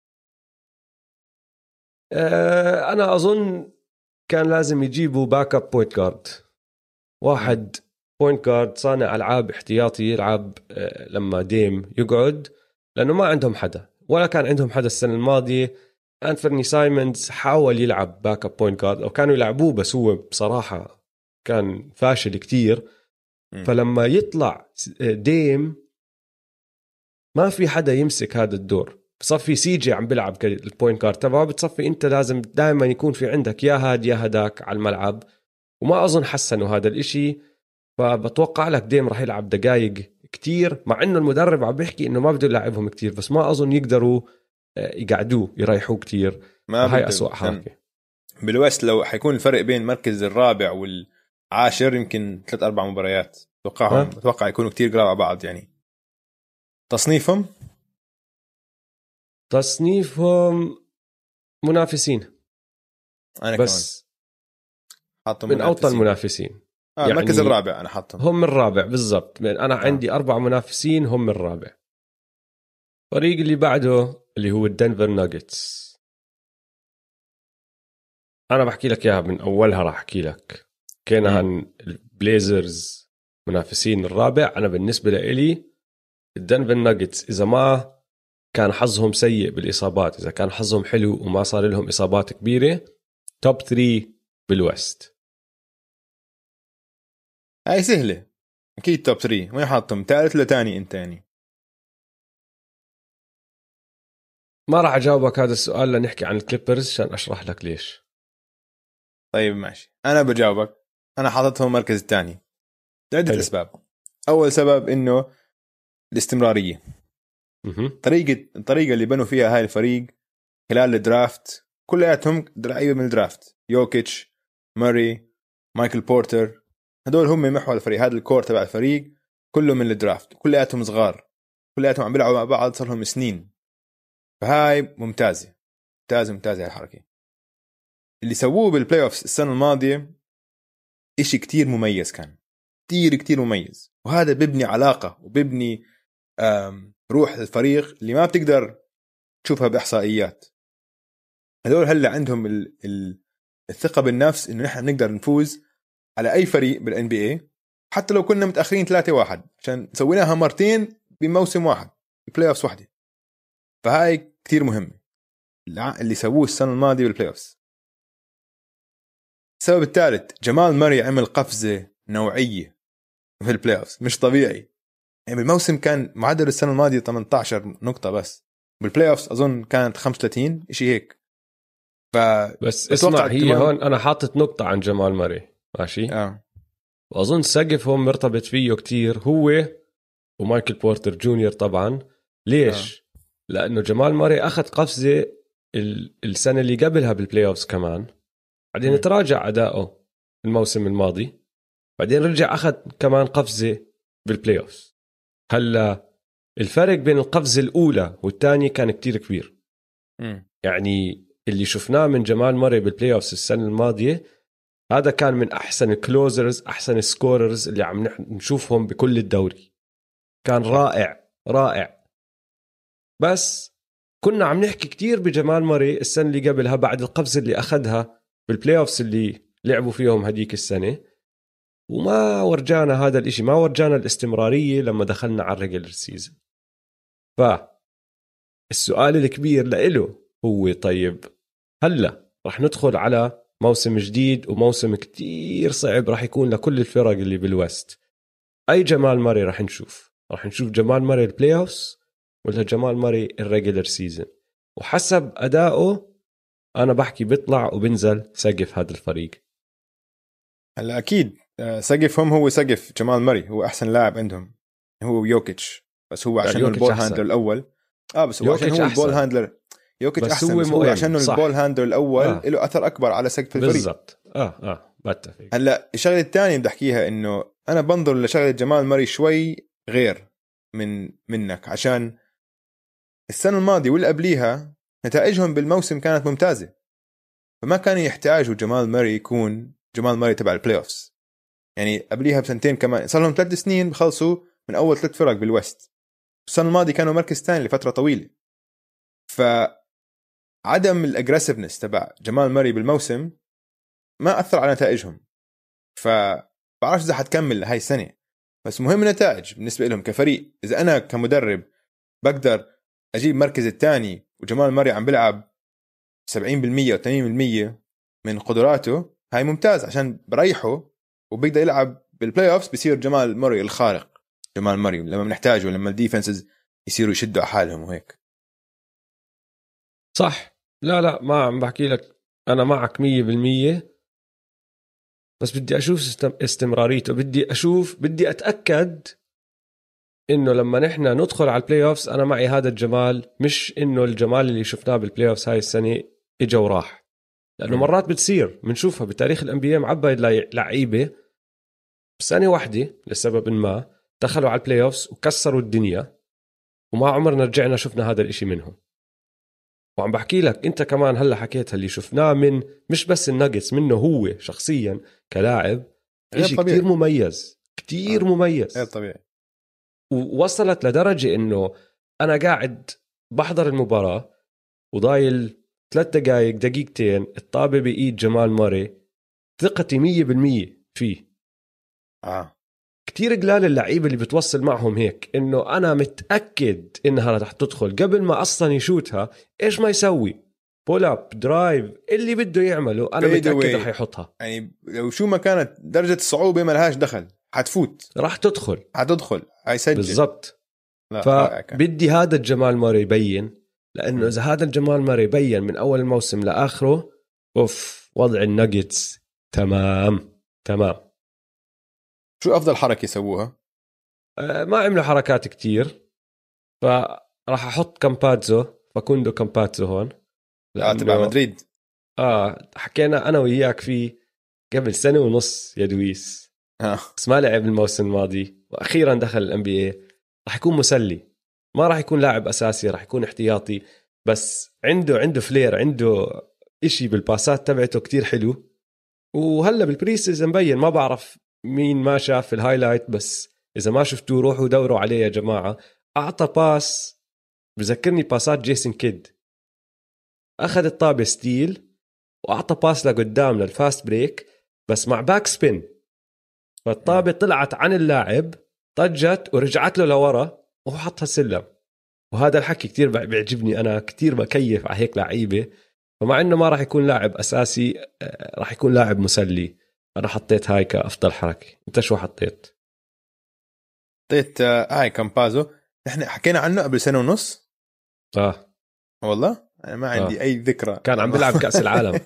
أنا أظن كان لازم يجيبوا باك اب بوينت جارد، واحد بوينت جارد صانع ألعاب احتياطي يلعب لما ديم يقعد، لأنه ما عندهم حدا ولا كان عندهم حدا السنة الماضية. أنفرني سايمونز حاول يلعب باك اب بوينت جارد أو كانوا يلعبوه بس هو بصراحة كان فاشل كتير. فلما يطلع ديم ما في حدا يمسك هذا الدور، بصفي سيجي عم بلعب البوينت جارد تبعه، بتصفي انت لازم دائما يكون في عندك يا هاد يا هداك على الملعب، وما اظن حسنوا هذا الاشي. فبتوقع لك ديم راح يلعب دقائق كتير، مع انه المدرب عم بيحكي انه ما بده يلعبهم كتير، بس ما اظن يقدروا يقعدوه يريحوه كتير. هاي أسوأ حركة بالوست. لو حيكون الفرق بين المركز الرابع والعاشر يمكن 3-4 مباريات، اتوقع يكونوا كتير قراب على بعض. يعني تصنيفهم منافسين، أنا بس كمان من أوطى المنافسين. يعني المركز الرابع أنا حاطهم هم الرابع بالضبط. أنا عندي 4 منافسين هم الرابع. فريق اللي بعده اللي هو الدنفر ناجتس، أنا بحكي لك إياها من أولها، راح أحكي لك كان البليزرز منافسين الرابع. أنا بالنسبة لي الدنفر ناجتس إذا ما كان حظهم سيء بالإصابات، إذا كان حظهم حلو وما صار لهم إصابات كبيرة، توب 3 بالوست. هاي سهلة أكيد توب 3. وين حاطهم ثالث لتاني أنت؟ يعني ما راح أجاوبك هذا السؤال لنحكي عن الكليبرز عشان أشرح لك ليش. طيب ماشي، أنا بجاوبك. أنا حاطتهم مركز الثاني لعدة أسباب. أول سبب إنه الاستمرارية. الطريقة اللي بنوا فيها هاي الفريق خلال الدرافت، كلياتهم لعيبة من الدرافت. يوكيتش، ماري، مايكل بورتر، هدول هم محور الفريق. هذا الكور تبع الفريق كله من الدرافت، كلياتهم صغار، كلياتهم عم بيلعبوا مع بعض صار لهم سنين. فهاي ممتازة الحركة. اللي سووه بالبلاي اوفs السنة الماضية إشي كتير مميز، كان كتير مميز، وهذا بيبني علاقة وبيبني روح الفريق اللي ما بتقدر تشوفها بإحصائيات. هذول هلا عندهم الثقة بالنفس إنه نحن نقدر نفوز على أي فريق بالNBA حتى لو كنا متأخرين 3-1، عشان سويناها مرتين بموسم واحد بلاي اوفs واحدة. فهاي كتير مهمة اللي سووه السنة الماضية بالبلاي اوفs. السبب الثالث، جمال ماري عمل قفزة نوعية في البلاي اوفs مش طبيعي. يعني بالموسم كان معدل السنة الماضية 18 نقطة بس، بالبلاي اوفs أظن كانت 35 إشي هيك. بس اسمع، هي هون أنا حاطت نقطة عن جمال ماري ماشي. وأظن سقفهم مرتبط فيه كتير هو ومايكل بورتر جونيور طبعا. ليش؟ لأنه جمال ماري أخذ قفزة السنة اللي قبلها بالبلاي اوفs كمان، بعدين تراجع أداؤه الموسم الماضي، بعدين رجع أخذ كمان قفزة بالبلاي اوفs. هلا الفرق بين القفزة الأولى والثانية كان كتير كبير. يعني اللي شفناه من جمال ماري بالبلاي اوفs السنة الماضية هذا كان من أحسن الكلوزرز، أحسن السكوررز اللي عم نشوفهم بكل الدوري. كان رائع. بس كنا عم نحكي كتير بجمال ماري السنة اللي قبلها بعد القفزة اللي أخذها بالبلاي اوفس اللي لعبوا فيهم هديك السنة، وما ورجانا هذا الاشي، ما ورجانا الاستمرارية لما دخلنا على الريجلر سيزن. فالسؤال الكبير لإله هو طيب هلأ رح ندخل على موسم جديد وموسم كتير صعب رح يكون لكل الفرق اللي بالوست. أي جمال ماري رح نشوف؟ رح نشوف جمال ماري البلاي اوفس ولا جمال ماري الريجلر سيزن؟ وحسب أدائه أنا بحكي بيطلع وبنزل سقف هذا الفريق. هلا أكيد سقفهم هو سقف جمال ماري، هو أحسن لاعب عندهم هو يوكيتش، بس هو عشان البول هاندلر الأول. بس هو عشان هو البول هاندلر يوكيتش أحسن، بس هو عشان البول هاندلر الأول له أثر أكبر على سقف الفريق. بالضبط. بتفق. هلا الشغلة الثانية بدي أحكيها إنه أنا بنظر لشغلة جمال ماري شوي غير منك، عشان السنة الماضية واللي قبليها نتائجهم بالموسم كانت ممتازة، فما كانوا يحتاجوا جمال ماري يكون جمال ماري تبع البلاي اوفز. يعني قبليها بسنتين كمان صار لهم 3 سنين بخلصوا من أول 3 فرق بالوست، السنة الماضية كانوا مركز ثاني لفترة طويلة. فعدم الأجريسيفنس تبع جمال ماري بالموسم ما أثر على نتائجهم، فبعرفش إذا حتكمل هاي السنة، بس مهم النتائج بالنسبة لهم كفريق. إذا أنا كمدرب بقدر أجيب مركز الثاني وجمال ماري عم بلعب 70% أو 80% من قدراته، هاي ممتاز عشان بريحه وبيقدر يلعب بالبلاي اوفز، بيصير جمال ماري الخارق، جمال ماري لما بنحتاجه، لما الديفنسز يصيروا يشدوا على حالهم وهيك. صح. لا ما عم بحكي لك أنا معك 100%، بس بدي أشوف استمراريته، بدي أتأكد إنه لما نحن ندخل على البلاي اوفز أنا معي هذا الجمال، مش إنه الجمال اللي شفناه بالبلاي اوفز هاي السنة إجا وراح. لأنه مرات بتصير بنشوفها بتاريخ الأنبياء معبى لعيبة بسنة واحدة لسبب ما دخلوا على البلاي اوفز وكسروا الدنيا، وما عمرنا رجعنا شفنا هذا الاشي منهم. وعم بحكي لك انت كمان هلا حكيت اللي شفناه من مش بس الناجتس، منه هو شخصيا كلاعب اشي كتير مميز، كتير مميز، غير طبيعي. ووصلت لدرجة انه انا قاعد بحضر المباراة وضايل 3 دقائق دقيقتين الطابة بإيد جمال ماري، ثقتي 100% فيه. كتير قلال اللعيبة اللي بتوصل معهم هيك، انه انا متأكد انها رح تدخل قبل ما اصلا يشوتها، ايش ما يسوي بول اب درايف اللي بده يعمله انا متأكد رح يحطها. يعني لو شو ما كانت درجة الصعوبة ما لهاش دخل، حتفوت، رح تدخل، هيسجل بالضبط. فبدي هذا الجمال ماري يبين، لانه اذا هذا الجمال ماري يبين من اول الموسم لاخره وضع الناجتس تمام. شو أفضل حركة يسووها؟ ما عملوا حركات كتير، فراح أحط كامباتزو، فكوندو كامباتزو هون تبع مدريد. حكينا أنا وياك فيه قبل 1.5 سنة يا دويس. بس ما لعب الموسم الماضي وأخيرا دخل NBA. راح يكون مسلي، ما راح يكون لاعب أساسي، راح يكون احتياطي، بس عنده فلير، عنده إشي بالباسات تبعته كتير حلو. وهلا بالبري سيزن مبين، ما بعرف مين ما شاف الهايلايت، بس إذا ما شفتوه روحوا دوروا عليه يا جماعة. أعطى باس بذكرني باسات جيسون كيد، أخذ الطابة ستيل وأعطى باس لقدام للفاست بريك بس مع باك سبين، فالطابة طلعت عن اللاعب طجت ورجعت له لورا وهو حطها سلم. وهذا الحكي كتير بيعجبني، أنا كتير بكيف على هيك لعيبة. فمع إنه ما راح يكون لاعب أساسي، راح يكون لاعب مسلي. أنا حطيت هاي كأفضل حركة. أنت شو حطيت؟ حطيت هاي كامبازو، نحن حكينا عنه قبل 1.5 سنة. والله أنا ما عندي أي ذكرى. كان عم بيلعب كأس العالم.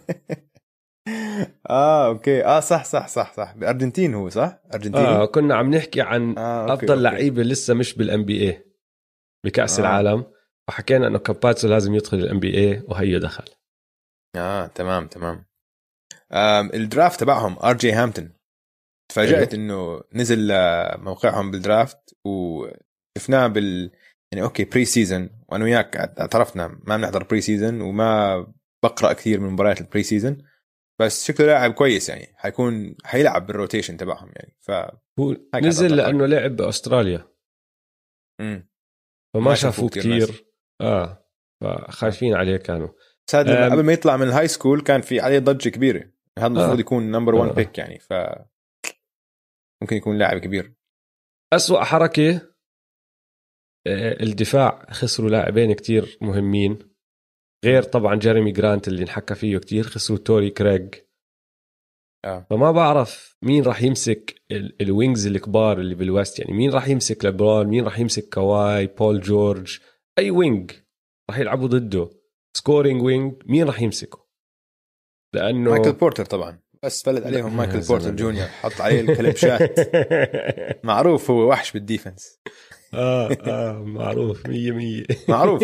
أوكي. صح بأرجنتين هو، صح أرجنتيني. كنا عم نحكي عن أفضل لعيبة لسه مش بالNBA بكأس العالم، وحكينا إنه كامبازو لازم يدخل الNBA وهي دخل. تمام. الدرافت تبعهم RJ هامبتون، تفاجأت إنه نزل موقعهم بالدرافت وشفناه يعني أوكي بري سيزن، وأنا وياك اعترفنا ما بنحضر بري سيزن وما بقرأ كثير من مباريات البري سيزن، بس شكله لاعب كويس، يعني حيلعب بالروتيشن تبعهم يعني. نزل لأنه لعب بأستراليا فما شافوه كتير. فخايفين عليه كانوا. ساد قبل ما يطلع من الهاي سكول كان في عليه ضجة كبيرة، هذا المفروض يكون نمبر 1 بيك يعني، ف ممكن يكون لاعب كبير. أسوأ حركة الدفاع، خسروا لاعبين كتير مهمين غير طبعا جيريمي جرانت اللي نحكى فيه كتير، خسروا توري كريغ. فما بعرف مين راح يمسك الوينجز الكبار اللي بالوست، يعني مين راح يمسك لبرون، مين راح يمسك كواي، بول جورج، أي وينج راح يلعبوا ضده سكورينج وينج، مين راح يمسكه؟ لأنه مايكل بورتر طبعا، بس فلت عليهم مايكل بورتر جونيور، حط عليه الكليبشات معروف هو وحش بالديفنس. معروف 100 معروف.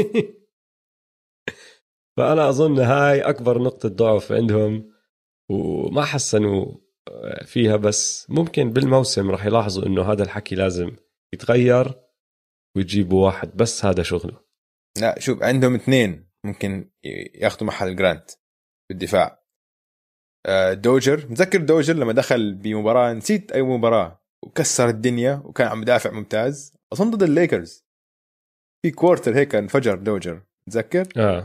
فأنا أظن هاي أكبر نقطة ضعف عندهم وما حسنوا فيها، بس ممكن بالموسم راح يلاحظوا إنه هذا الحكي لازم يتغير ويجيبوا واحد بس هذا شغله. لا شوف، عندهم 2 ممكن ياخذوا محل جرانت بالدفاع. دوجر، متذكر دوجر لما دخل بمباراة، نسيت أي مباراة، وكسر الدنيا وكان عم يدافع ممتاز، أظن ضد الليكرز في كوارتر هيك انفجر دوجر، تذكر؟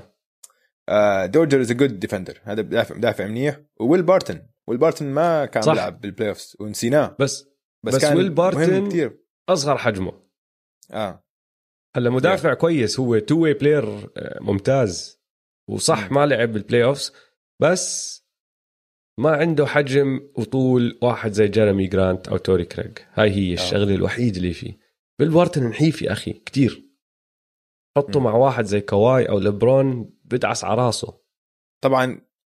دوجر از ا جود ديفندر، هذا مدافع منيح. وويل بارتن ما كان بيلعب بالبلاي اوفز ونسيناه، بس كان ويل بارتن كتير. اصغر حجمه. هلا مدافع كويس، هو تو واي بلاير ممتاز، وصح ما لعب بالبلاي اوفز، بس ما عنده حجم وطول واحد زي جيريمي جرانت او توري كريغ. هاي هي الشغله الوحيده اللي فيه. ويل بارتن نحيف يا اخي كتير، حطه مع واحد زي كواي او لبرون بدعس على راسه. طبعا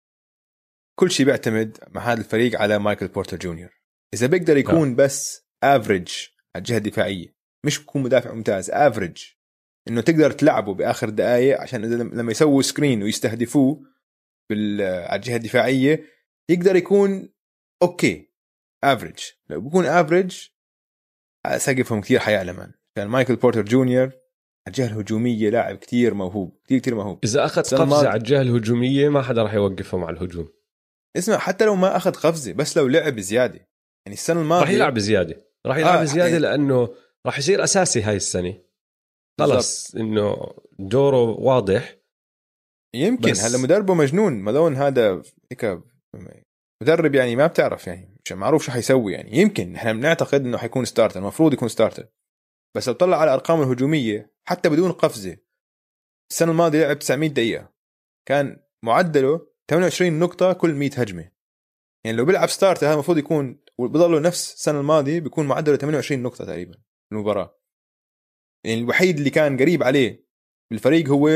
كل شيء بيعتمد مع هذا الفريق على مايكل بورتر جونيور، اذا بيقدر يكون بس افريج على الجهه الدفاعيه، مش بيكون مدافع ممتاز، افريج انه تقدر تلعبه باخر دقائق، عشان اذا لما يسووا سكرين ويستهدفوه على الجهه الدفاعيه يقدر يكون اوكي افريج. لو بيكون افريج سقفهم كثير حيعلى مان. كان مايكل بورتر جونيور الجهه الهجوميه لاعب كتير موهوب، كتير موهوب. اذا اخذ قفزه على الجهه الهجوميه ما حدا راح يوقفهم على الهجوم. اسمع، حتى لو ما اخذ قفزه، بس لو لعب زياده، يعني السنه الماضيه راح يلعب زياده، راح يلعب زياده، لانه راح يصير اساسي هاي السنه خلص، انه دوره واضح. يمكن هلا مدربه مجنون مالون، هذا هيك مدرب يعني ما بتعرف، يعني مش معروف شو حيسوي. يعني يمكن احنا بنعتقد انه حيكون ستارتر، المفروض يكون ستارتر، بس لو طلع على ارقام الهجوميه حتى بدون قفزه، السنه الماضيه لعب 900 دقيقه، كان معدله 28 نقطه كل 100 هجمه. يعني لو بيلعب ستارتر هذا المفروض يكون، وبضله نفس السنه الماضيه بيكون معدله 28 نقطه تقريبا في المباراه. يعني الوحيد اللي كان قريب عليه بالفريق هو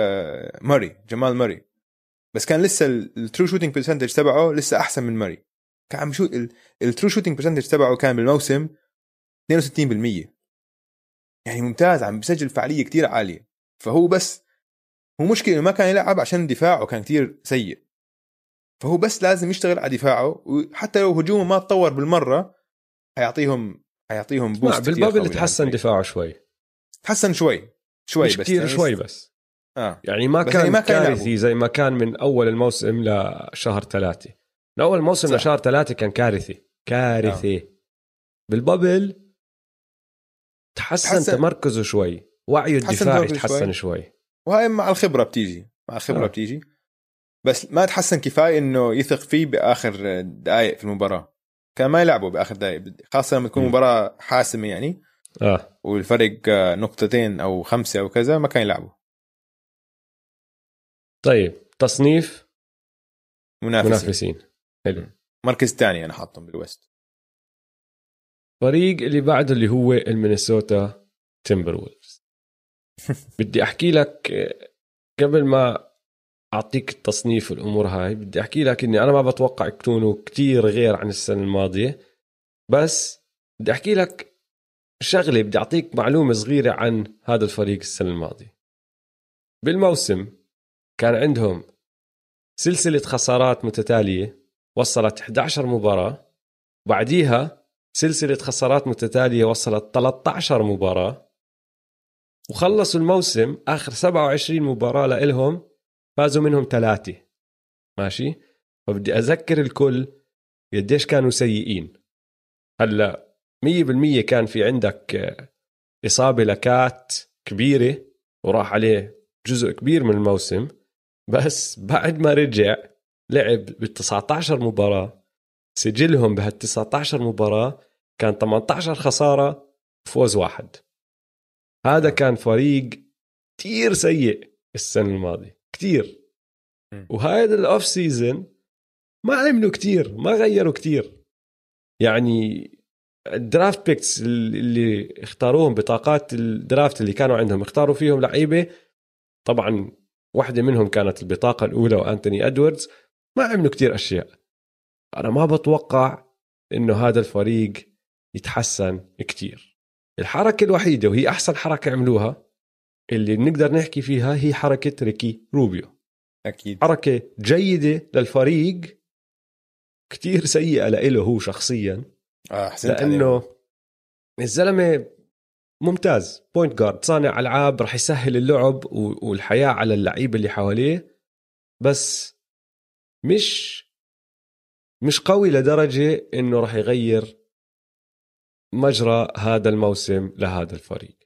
جمال ماري، بس كان لسه الترو شوتينج برسنتج تبعه لسه احسن من ماري. كان عم شو الترو شوتينج برسنتج تبعه كان بالموسم 62%، يعني ممتاز، عم بسجل فعاليه كتير عاليه. فهو بس هو مشكله ما كان يلعب عشان دفاعه كان كتير سيء، فهو بس لازم يشتغل على دفاعه، وحتى لو هجومه ما تطور بالمره هيعطيهم بوست. بالبابل تحسن دفاعه شوي، تحسن شوي مش بس كتير يعني شوي بس. يعني ما كان يعني كارثي زي ما كان من أول الموسم لشهر 3. من أول الموسم لشهر 3 كان كارثي. بالبابل تحسن تمركزه شوي، وعيه الدفاعي تحسن شوي. وهاي مع الخبرة بتيجي، بتيجي، بس ما تحسن كفاية إنه يثق فيه بآخر دقائق في المباراة. كان ما يلعبوا بآخر دقائق، خاصة لما تكون مباراة حاسمة يعني والفرق 2 أو 5 أو كذا، ما كان يلعبوا. طيب تصنيف منافسين. حلو. مركز تاني أنا حاطهم بالوست. فريق اللي بعده اللي هو المينيسوتا تيمبرولفز. بدي أحكي لك قبل ما أعطيك التصنيف والأمور هاي، بدي أحكي لك إني أنا ما بتوقع يكونوا كتير غير عن السنة الماضية، بس بدي أحكي لك شغلة، بدي أعطيك معلومة صغيرة عن هذا الفريق السنة الماضية. بالموسم كان عندهم سلسلة خسارات متتالية وصلت 11 مباراة، بعديها سلسلة خسارات متتالية وصلت 13 مباراة، وخلصوا الموسم آخر 27 مباراة لإلهم فازوا منهم 3. ماشي؟ فبدي أذكر الكل قديش كانوا سيئين. هلأ 100% كان في عندك إصابة لكات كبيرة وراح عليه جزء كبير من الموسم، بس بعد ما رجع لعب بال19 مباراة، سجلهم بهال19 مباراة كان 18 خسارة فوز واحد. هذا كان فريق كتير سيء السنة الماضية كتير. وهذا الأوف سيزن ما عملوا كتير، ما غيروا كتير. يعني الدرافت بيكس اللي اختاروهم، بطاقات الدرافت اللي كانوا عندهم اختاروا فيهم لعيبة، طبعا واحدة منهم كانت البطاقة الأولى وأنتوني أدواردز، ما عملوا كتير أشياء. أنا ما بتوقع إنه هذا الفريق يتحسن كتير. الحركة الوحيدة وهي أحسن حركة عملوها اللي نقدر نحكي فيها هي حركة ريكي روبيو. أكيد حركة جيدة للفريق، كتير سيئة لإله هو شخصيا. لأنه الزلمة ممتاز، بوينت جارد، صانع ألعاب، رح يسهل اللعب والحياة على اللعيبة اللي حواليه، بس مش قوي لدرجة إنه رح يغير مجرى هذا الموسم لهذا الفريق.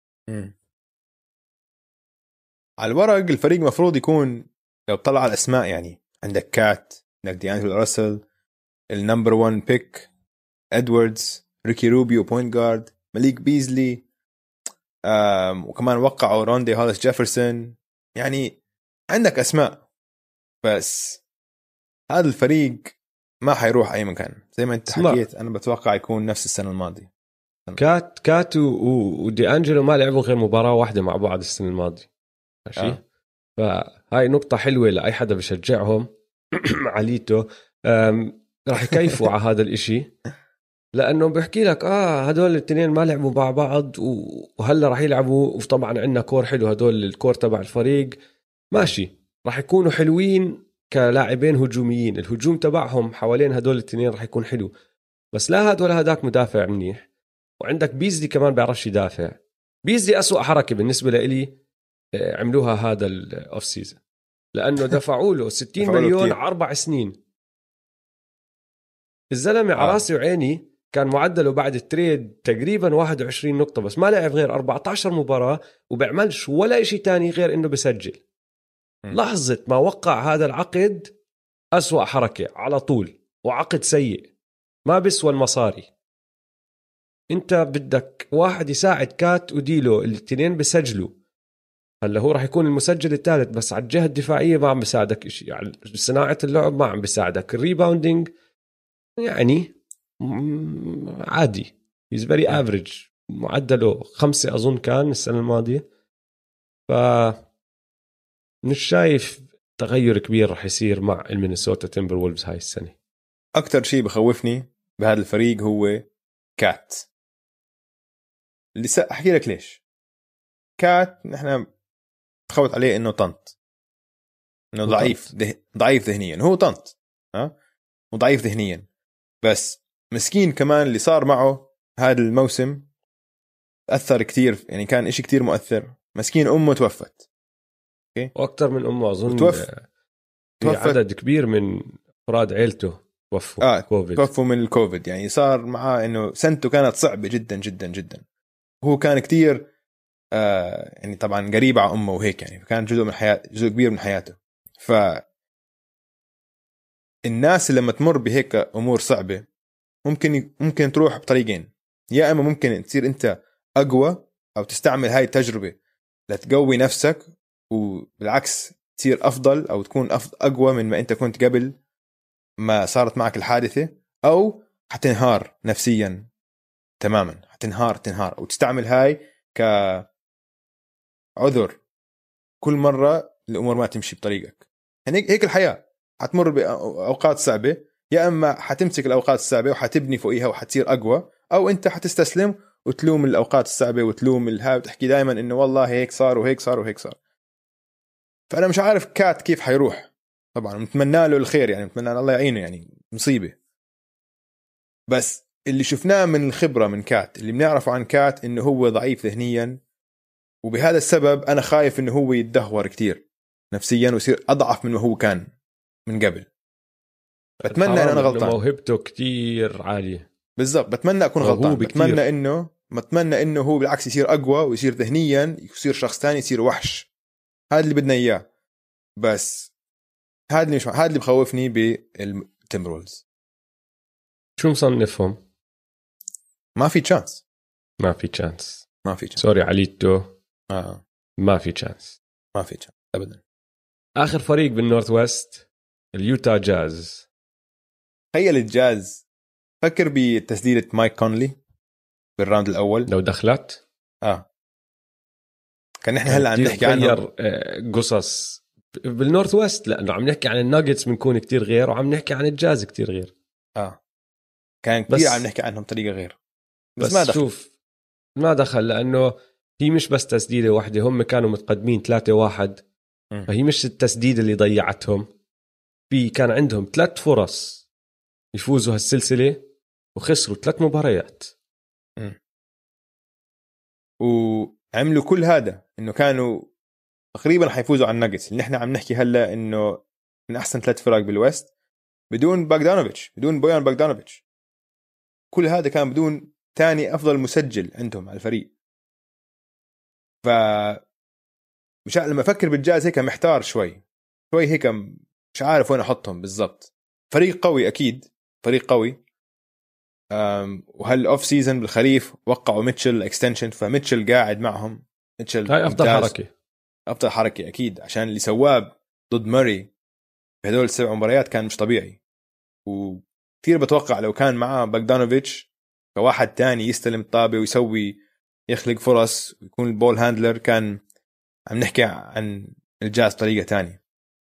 على الورق الفريق مفروض يكون، لو طلع على الأسماء يعني عندك كات، عندك ديانجلو راسل، النمبر 1 بيك ادواردز، ريكي روبيو بوينت جارد، ماليك بيزلي، وكمان وقعوا روندي هوليس جيفرسون. يعني عندك أسماء، بس هذا الفريق ما حيروح أي مكان. زي ما أنت حكيت أنا بتوقع يكون نفس السنة الماضية. كات ودي أنجلو ما لعبوا غير مباراة واحدة مع بعض السنة الماضية، ماشي. فهاي نقطة حلوة لأي حدا بشجعهم عليته. راح يكيفوا على هذا الاشي، لأنه بحكي لك هدول الاثنين ما لعبوا مع بعض وهلا راح يلعبوا، وطبعا عندنا كور حلو، هدول الكور تبع الفريق ماشي، راح يكونوا حلوين كلاعبين هجوميين، الهجوم تبعهم حوالين هدول الاثنين راح يكون حلو، بس لا هدول هداك مدافع منيح، وعندك بيزلي كمان بيعرفش يدافع. بيزلي أسوأ حركة بالنسبة لإلي عملوها هذا الأوف سيزن، لأنه دفعوا له 60 مليون 4 سنين. الزلمة عراسي وعيني كان معدله بعد التريد تقريبا 21 نقطة، بس ما لعب غير 14 مباراة وبيعملش ولا إشي تاني غير إنه بسجل. لحظة ما وقع هذا العقد أسوأ حركة على طول، وعقد سيء ما بيسوى المصاري. انت بدك واحد يساعد كات وديلو، الاثنين بسجلوا، هلا هو راح يكون المسجل الثالث، بس على الجهة الدفاعية ما عم بيساعدك إشي، يعني صناعة اللعب ما عم بيساعدك، الريباوندينج يعني عادي، he's very average، معدله 5 أظن كان السنة الماضية. مش شايف تغير كبير رح يصير مع المينيسوتا تيمبر وولفز هاي السنة. أكتر شيء بخوفني بهذا الفريق هو كات. اللي أحكي لك ليش. كات نحن تخوت عليه إنه طنط، إنه ضعيف ذهنيا، هو طنط وضعيف ذهنيا، بس مسكين كمان اللي صار معه هذا الموسم أثر كتير، يعني كان إشي كتير مؤثر. مسكين أمه توفت، وأكتر من أمه أظن توفت عدد كبير من أفراد عيلته توفوا كوفيد. توفوا من الكوفيد، يعني صار معاه إنه سنته كانت صعبة جدا جدا جدا. هو كان كتير يعني طبعا قريب على أمه وهيك، يعني كان جزء كبير من حياته. الناس اللي لما تمر بهيك أمور صعبة ممكن تروح بطريقين، يا إما ممكن تصير أنت أقوى أو تستعمل هاي التجربة لتقوي نفسك، وبالعكس تصير أفضل أو تكون أقوى من ما أنت كنت قبل ما صارت معك الحادثة، أو حتنهار نفسيا تماما، حتنهار وتستعمل هاي كعذر كل مرة الأمور ما تمشي بطريقك. يعني هيك الحياة، حتمر بأوقات صعبة، يا أما حتمسك الأوقات الصعبة وحتبني فوقيها وحتصير أقوى، أو أنت حتستسلم وتلوم الأوقات الصعبة وتلوم الهاي وتحكي دائما إنه والله هيك صار وهيك صار وهيك صار. فأنا مش عارف كات كيف حيروح. طبعا متمنى له الخير، يعني متمنى الله يعينه، يعني مصيبة. بس اللي شفناه من الخبرة من كات، اللي بنعرفه عن كات إنه هو ضعيف ذهنيا، وبهذا السبب أنا خايف إنه هو يتدهور كتير نفسيا ويصير أضعف من ما هو كان من قبل. بتمنى إن أنا غلطان، موهبته كتير عالية بالضبط، بتمنى أكون غلطان، بتمنى إنه هو بالعكس يصير أقوى ويصير ذهنيا، يصير شخص تاني، يصير وحش. هذا اللي بدنا إياه. بس هذا اللي بخوفني بالتيمبرولز. شو مصنفهم؟ ما في تشانس. سوري عليتو. ما في تشانس ابدا. اخر فريق بالنورث ويست اليوتا جاز. تخيل الجاز، فكر بتسديدة مايك كونلي بالراوند الاول لو دخلت كان نحن هلا عم نحكي عنه قصص بالنورث ويست، لانه عم نحكي عن الناجتس بنكون كتير غير، وعم نحكي عن الجاز كتير غير. كان كتير عم نحكي عنهم بطريقه غير، بس ما دخل. شوف ما دخل لانه هي مش بس تسديده واحده، هم كانوا متقدمين 3-1 فهي مش التسديده اللي ضيعتهم. كان عندهم 3 فرص يفوزوا هالسلسله وخسروا 3 مباريات. وعملوا كل هذا انه كانوا تقريبا حيفوزوا على الناجتس اللي نحن عم نحكي هلا انه من احسن 3 فرق بالويست، بدون باغدانوفيتش، بدون بويان باغدانوفيتش. كل هذا كان بدون تاني افضل مسجل عندهم على الفريق. ف مش لما افكر بالجاز هيك محتار شوي هيك، مش عارف وين احطهم بالضبط. فريق قوي اكيد، فريق قوي. وهالاوف سيزن بالخريف وقعوا ميتشل اكستنشن، فميتشل قاعد معهم. ميتشل هاي افضل حركه اكيد، عشان اللي سواه ضد ماري بهدول 7 مباريات كان مش طبيعي. وكثير بتوقع لو كان معاه باغدانوفيتش كواحد تاني يستلم الطابه ويسوي يخلق فرص ويكون البول هاندلر، كان عم نحكي عن الجاز طريقه تانية.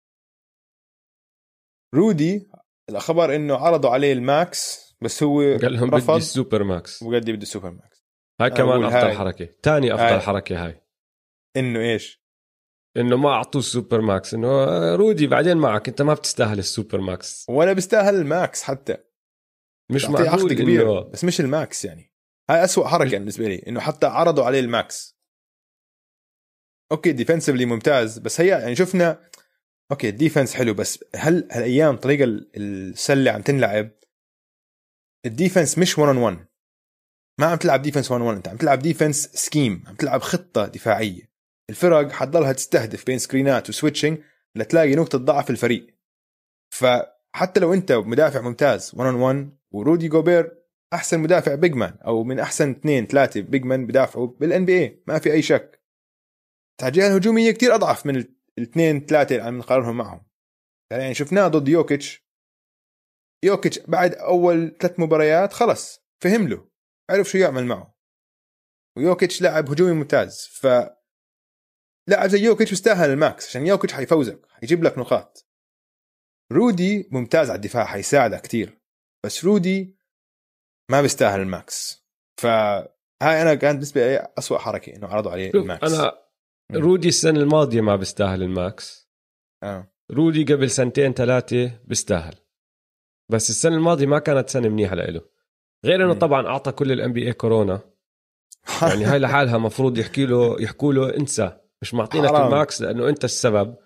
رودي الخبر انه عرضوا عليه الماكس، بس هو قال لهم بدي السوبر ماكس، وقد بدي السوبر ماكس. هاي كمان افضل حركه. تاني افضل حركه هاي انه ايش؟ انه ما اعطوه السوبر ماكس، انه رودي بعدين معك، انت ما بتستاهل السوبر ماكس ولا بيستاهل الماكس حتى. مش معقول كبير بس مش الماكس. يعني هاي أسوأ حركه بالنسبه لي، انه حتى عرضوا عليه الماكس. اوكي ديفنسively ممتاز، بس هي يعني شفنا اوكي الديفنس حلو، بس هل هالايام طريقه السله عم تنلعب الديفنس مش 1-on-1. ما عم تلعب ديفنس 1-on-1، انت عم تلعب ديفنس سكيم، عم تلعب خطه دفاعيه. الفرق حتضلها تستهدف بين سكرينات وسويتشنج لتلاقي نقطه ضعف الفريق. فحتى لو انت مدافع ممتاز 1-on-1 ورودي جوبير احسن مدافع بيج مان، او من احسن 2-3 بيج مان بدافعوا بالان بي اي، ما في اي شك. الجهه الهجوميه كتير اضعف من الاثنين 3 اللي عم نقارنهم معهم. يعني شفناه ضد يوكيتش بعد اول 3 مباريات خلص فهم له، عرف شو يعمل معه. ويوكيتش لاعب هجومي ممتاز، ف لاعب زي يوكيتش يستاهل الماكس، عشان يوكيتش حيفوزك، حيجيب لك نقاط. رودي ممتاز على الدفاع، حيساعدك كتير، بس رودي ما بيستاهل الماكس. فهاي انا كانت بالنسبه لي اسوأ حركه انه عرضوا عليه الماكس. انا رودي السنه الماضيه ما بيستاهل الماكس. رودي قبل 2-3 بيستاهل، بس السنه الماضيه ما كانت سنه منيحه له. غير انه طبعا اعطى كل الان بي اي كورونا. يعني هاي لحالها مفروض يحكوا له انسى، مش معطينك الماكس لانه انت السبب.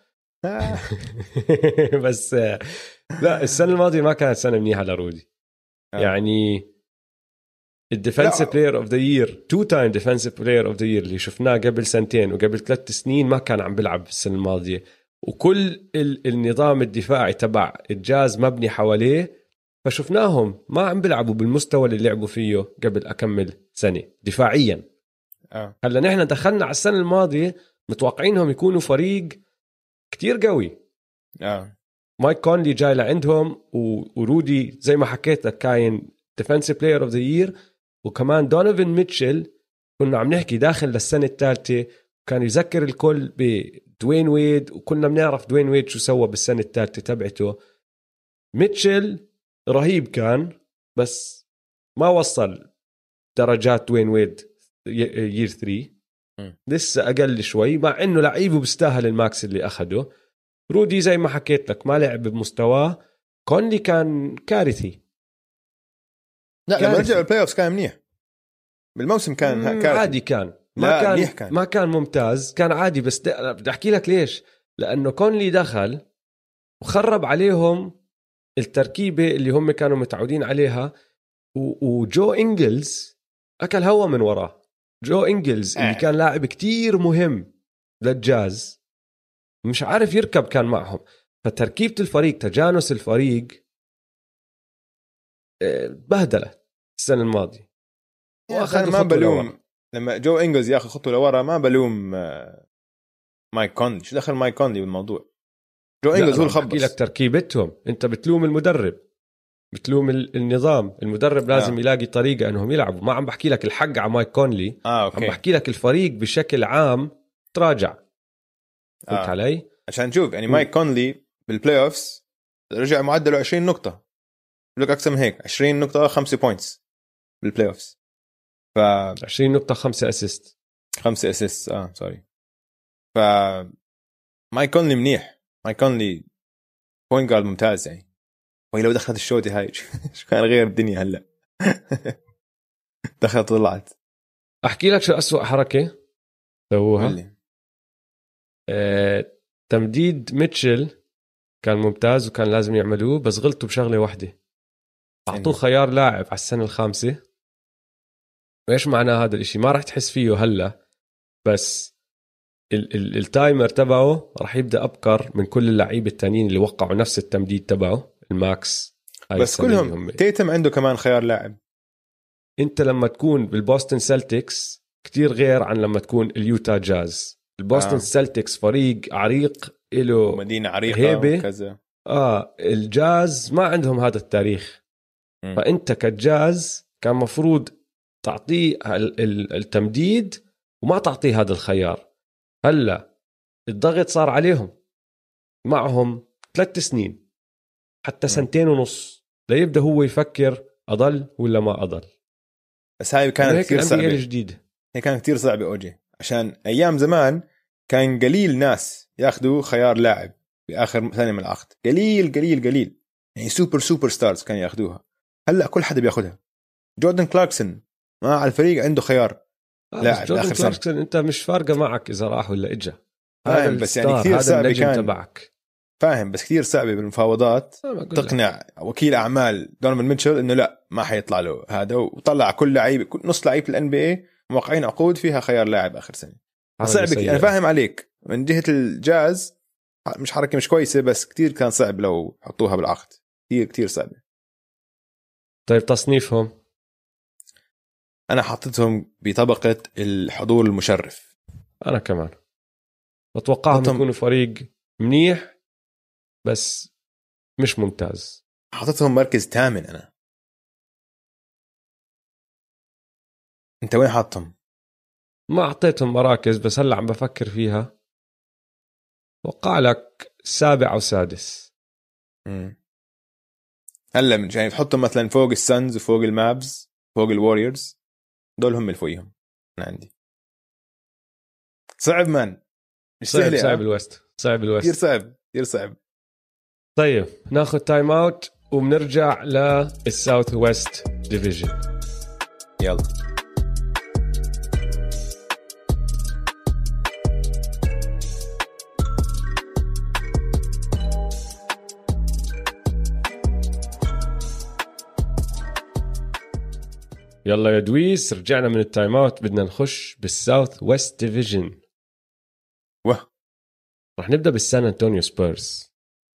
بس لا، السنه الماضيه ما كانت سنه منيحه لرودي. يعني الديفنسيف بلاير اوف ذا يير، 2 تايم ديفنسيف بلاير اوف ذا يير اللي شفناه قبل 2 وقبل 3 سنين ما كان عم بيلعب السنه الماضيه. وكل النظام الدفاعي تبع الجاز مبني حواليه، فشفناهم ما عم بيلعبوا بالمستوى اللي لعبوا فيه قبل أكمل سنة دفاعيا. هلا نحن دخلنا على السنة الماضية متوقعينهم يكونوا فريق كتير قوي. مايك كونلي جاي لعندهم، ورودي زي ما حكيت لك كاين defensive player of the year، وكمان دونوفن ميتشل كنا عم نحكي داخل للسنة الثالثة، كان يذكر الكل بدوين ويد، وكنا بنعرف دوين ويد شو سوى بالسنة الثالثة تبعته. ميتشل رهيب كان، بس ما وصل درجات دوين ويد يير 3، لسه أقل شوي، مع إنه لعيبه بيستاهل الماكس اللي أخده. رودي زي ما حكيت لك ما لعب بمستواه. كونلي كان كارثي. لا لما رجع البلاي اوفز كان منيح، بالموسم كان كارثي. عادي كان، ما كان ممتاز، كان عادي. بس بدي أحكي لك ليش. لأنه كونلي دخل وخرب عليهم التركيبة اللي هم كانوا متعودين عليها، وجو إنجلز أكل هوا من وراه. جو إنجلز اللي كان لاعب كتير مهم للجاز مش عارف يركب كان معهم. فتركيبة الفريق، تجانس الفريق بهدلة السنة الماضية. واخذ ما بلوم لما جو إنجلز ياخذ خطوة لورا، ما بلوم مايك كونلي. شو دخل مايك كونلي بالموضوع؟ جو إنجلز هو الخبص. بحكي لك تركيبتهم، انت بتلوم المدرب، بتلوم النظام. المدرب لازم يلاقي طريقة انهم يلعبوا. ما عم بحكي لك الحق على مايك كونلي، أوكي. عم بحكي لك الفريق بشكل عام تراجع. فهمت علي؟ عشان نشوف يعني مايك كونلي بالبلاي اوفز رجع معدله 20 نقطة، لك أكثر من هيك 20 نقطة 5 بوينتس بالبلاي اوفز. 20 نقطة 5 اسيست 5 اسيست سوري. ف مايك كونلي منيح، مايك كونلي بوينت جارد ممتاز يعني. ولو دخلت الشوتي هاي شو كان غير الدنيا هلا. دخلت طلعت. احكي لك شو أسوأ حركة سووها. تمديد ميتشل كان ممتاز وكان لازم يعملوه، بس غلطوا بشغلة واحدة، أعطوه خيار لاعب على السنة الخامسة. وإيش معناه هذا الاشي؟ ما راح تحس فيه هلا، بس التايمر تبعه راح يبدأ أبكر من كل اللعيبة التانيين اللي وقعوا نفس التمديد تبعه الماكس. بس كلهم تيتم عنده كمان خيار لاعب. انت لما تكون بالبوستن سلتكس كتير غير عن لما تكون اليوتا جاز. البوستن سلتكس فريق عريق، له مدينة عريقة هيبة وكذا. الجاز ما عندهم هذا التاريخ. فانت كجاز كان مفروض تعطيه التمديد وما تعطيه هذا الخيار. هلا الضغط صار عليهم، معهم 3 سنين حتى 2.5 ليبدأ هو يفكر أضل ولا ما أضل. بس هاي كانت كثير صعبة جديدة. هي كانت كثير صعبة أوجي، عشان أيام زمان كان قليل ناس ياخدوا خيار لاعب بآخر سنة من العقد. قليل يعني سوبر ستارز كانوا ياخدوها. هلا كل حدا بياخدها. جوردن كلاركسون ما على الفريق عنده خيار لاعب جوردن كلاركسون انت مش فارقة معك إذا راح ولا إجا. فاهم، بس يعني كثير صعب كان تبعك. فاهم، بس كثير صعبة بالمفاوضات تقنع وكيل أعمال دونوفان ميتشل إنه لا ما حيطلع له هذا، وطلع كل لعيبة نص لعيبة الان بي اي موقعين عقود فيها خيار لاعب آخر سنة. صعب. أنا فاهم عليك من جهة الجاز مش حركة مش كويسة، بس كتير كان صعب لو حطوها بالعقد. كتير صعبة. طيب تصنيفهم أنا حطيتهم بطبقة الحضور المشرف. أنا كمان بتوقعهم يكونوا فريق منيح بس مش ممتاز. حطيتهم مركز 8. أنا أنت وين حاطهم؟ ما أعطيتهم مراكز، بس هلأ عم بفكر فيها. وقع لك 7 أو 6. هلا من يعني تحطهم مثلا فوق السانز وفوق المابز فوق الواريورز، دول هم اللي فوقيهم. أنا عندي صعب مان، مش سهل. صعب الوست، صعب الوست، كثير صعب. طيب ناخذ تايم اوت وبنرجع للساوث ويست ديفيجن. يلا يلا يا دويس، رجعنا من التايم اوت، بدنا نخش بالساوث ويست ديفيجن. رح نبدأ بالسان أنطونيو سبيرز.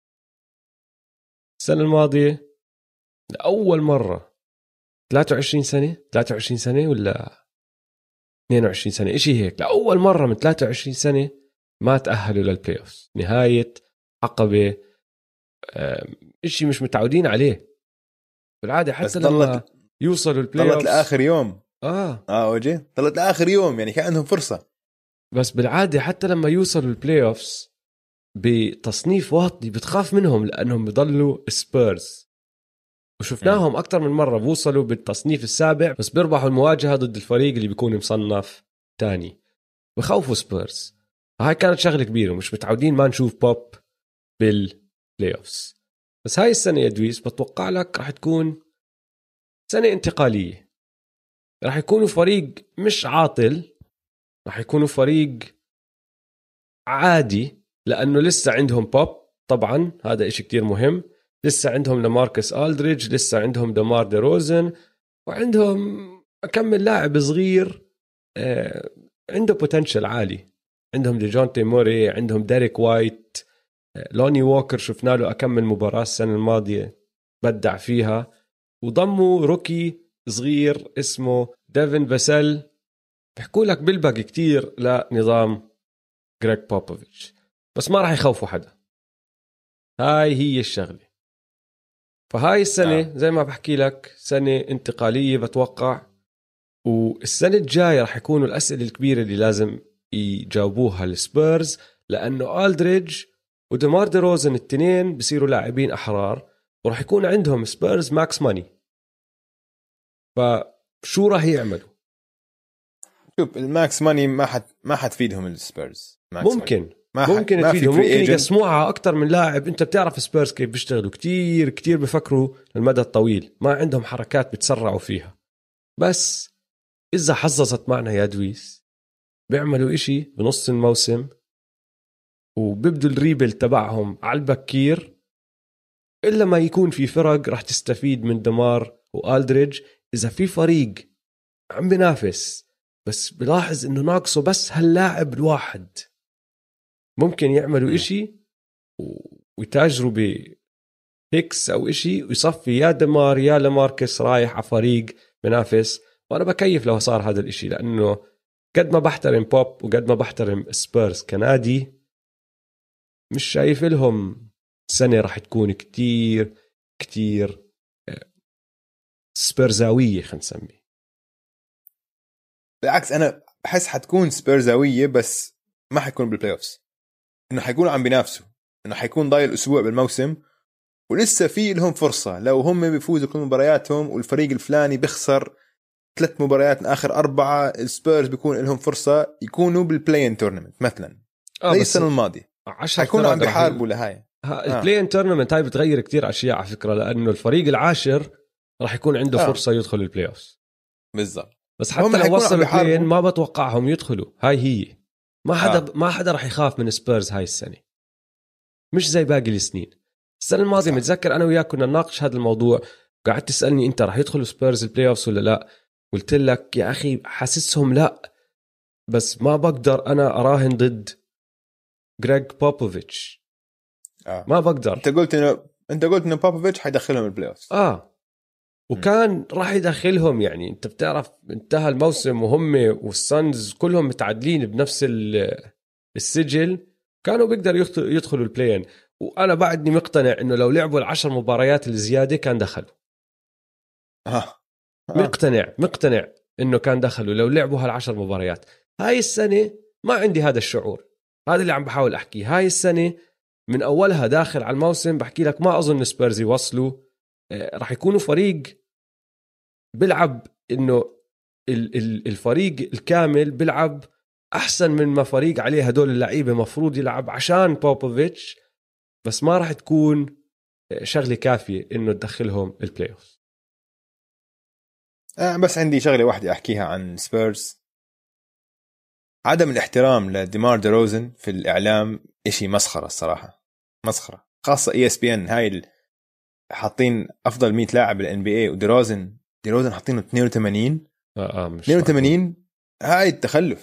السنة الماضية لأول مرة 23 سنة ولا 22 سنة إشي هيك، لأول مرة من 23 سنة ما تأهلوا للبلاي أوفز. نهاية عقبة، إشي مش متعودين عليه بالعادة. حتى لما يوصلوا البلاي أوفز طلعت لآخر يوم. أوجي طلعت لآخر يوم، يعني كان عندهم فرصة. بس بالعادة حتى لما يوصلوا البلاي أوفز بتصنيف واطي بتخاف منهم، لأنهم بيضلوا سبيرز. وشفناهم أكتر من مرة بوصلوا بالتصنيف السابع بس بيربحوا المواجهة ضد الفريق اللي بيكون مصنف تاني. بخوفوا سبيرز. هاي كانت شغلة كبيرة، ومش متعودين ما نشوف بوب بالبلاي أوفز. بس هاي السنة يا دويس بتوقع لك راح تكون سنة انتقالية. راح يكونوا فريق مش عاطل، راح يكونوا فريق عادي، لأنه لسه عندهم بوب. طبعا هذا إشي كتير مهم. لسه عندهم لماركس ألدريج، لسه عندهم دمار دي روزن، وعندهم أكمل لاعب صغير عنده بوتنشل عالي. عندهم ديجونتي موري، عندهم ديريك وايت، لوني ووكر شفنا له أكمل مباراة السنة الماضية بدع فيها، وضموا روكي صغير اسمه ديفن باسل. بحكوا لك بالباقي كتير لنظام غريج بوبوفيتش، بس ما راح يخوفوا حدا. هاي هي الشغلة. فهاي السنة زي ما بحكي لك سنة انتقالية بتوقع، والسنة الجاية راح يكونوا الأسئلة الكبيرة اللي لازم يجاوبوها السبيرز، لأنه ألدريدج وديمار دي روزن التنين بصيروا لاعبين أحرار، وراح يكون عندهم سبيرز ماكس ماني. فشو راح يعملوا؟ شوف الماكس ماني ما حتفيدهم السبيرز. ممكن تفيدهم، ممكن يقسموها أكتر من لاعب. أنت بتعرف سبيرز كيف بيشتغلوا، كتير بفكروا المدى الطويل، ما عندهم حركات بتسرعوا فيها. بس إذا حظظت معنا يا دويس بيعملوا إشي بنص الموسم وبيبدوا الريبل تبعهم على البكير، إلا ما يكون في فرق راح تستفيد من دمار وآلدريدج. إذا في فريق عم بينافس بس بلاحظ إنه ناقصه بس هاللاعب الواحد، ممكن يعملوا إشي ويتاجروا بهيكس أو إشي ويصفي يا دمار يا لماركس رايح على فريق بينافس. وأنا بكيف لو صار هذا الإشي، لأنه قد ما بحترم بوب وقد ما بحترم سبيرز كنادي، مش شايف لهم سنة راح تكون كتير سبيرزاوية خلينا نسميه. بالعكس أنا بحس حتكون سبيرزاوية، بس ما حيكون بالبلاي أوفس، إنه حيكونوا عم بينافسوا، إنه حيكون ضايل أسبوع بالموسم ولسه في لهم فرصة. لو هم بيفوزوا كل مبارياتهم والفريق الفلاني بيخسر 3 مباريات من آخر 4، السبيرز بيكون لهم فرصة يكونوا بالبلاين تورنمنت مثلا زي السنة الماضية. حيكونوا عم بيحاربوا لهاي البلاين تورنمنت. هاي بتغير كتير أشياء على فكرة، لأنه الفريق العاشر راح يكون عنده فرصة يدخل البلاي أوفس. بالضبط. بس حتى لو وصلوا البلاين ما بتوقعهم يدخلوا. هاي ما حدا راح يخاف من سبيرز هاي السنة، مش زي باقي السنين. السنة الماضية متذكر أنا وياك كنا نناقش هذا الموضوع، قاعد تسألني أنت راح يدخلوا سبيرز البلاي أوفس ولا لا، قلت لك يا أخي حاسسهم لا، بس ما بقدر أنا أراهن ضد غريج بوبوفيتش. ما بقدر. أنت قلت إنه بوبوفيتش حيدخلهم البلاي أوفس. وكان راح يدخلهم. يعني أنت بتعرف انتهى الموسم وهم والسانز كلهم متعادلين بنفس السجل، كانوا بيقدر يدخلوا البلاين. وأنا بعدني مقتنع إنه لو لعبوا 10 مباريات الزيادة كان دخلوا. مقتنع إنه كان دخلوا لو لعبوا هال10 مباريات. هاي السنة ما عندي هذا الشعور، هذا اللي عم بحاول أحكيه. هاي السنة من أولها داخل على الموسم بحكي لك ما أظن سبيرز يوصلوا. راح يكونوا فريق بلعب إنه الفريق الكامل بلعب أحسن من ما فريق عليه هدول اللعيبة مفروض يلعب عشان بوبوفيتش، بس ما راح تكون شغلة كافية إنه تدخلهم البلاي أوف. بس عندي شغلة واحدة أحكيها عن سبيرز. عدم الاحترام لديمار دي روزن في الإعلام إشي مسخرة الصراحة، مسخرة. خاصة ESPN هاي حاطين أفضل 100 لاعب بالان بي اي، ودي روزن حاطينه 82. مش 82. هاي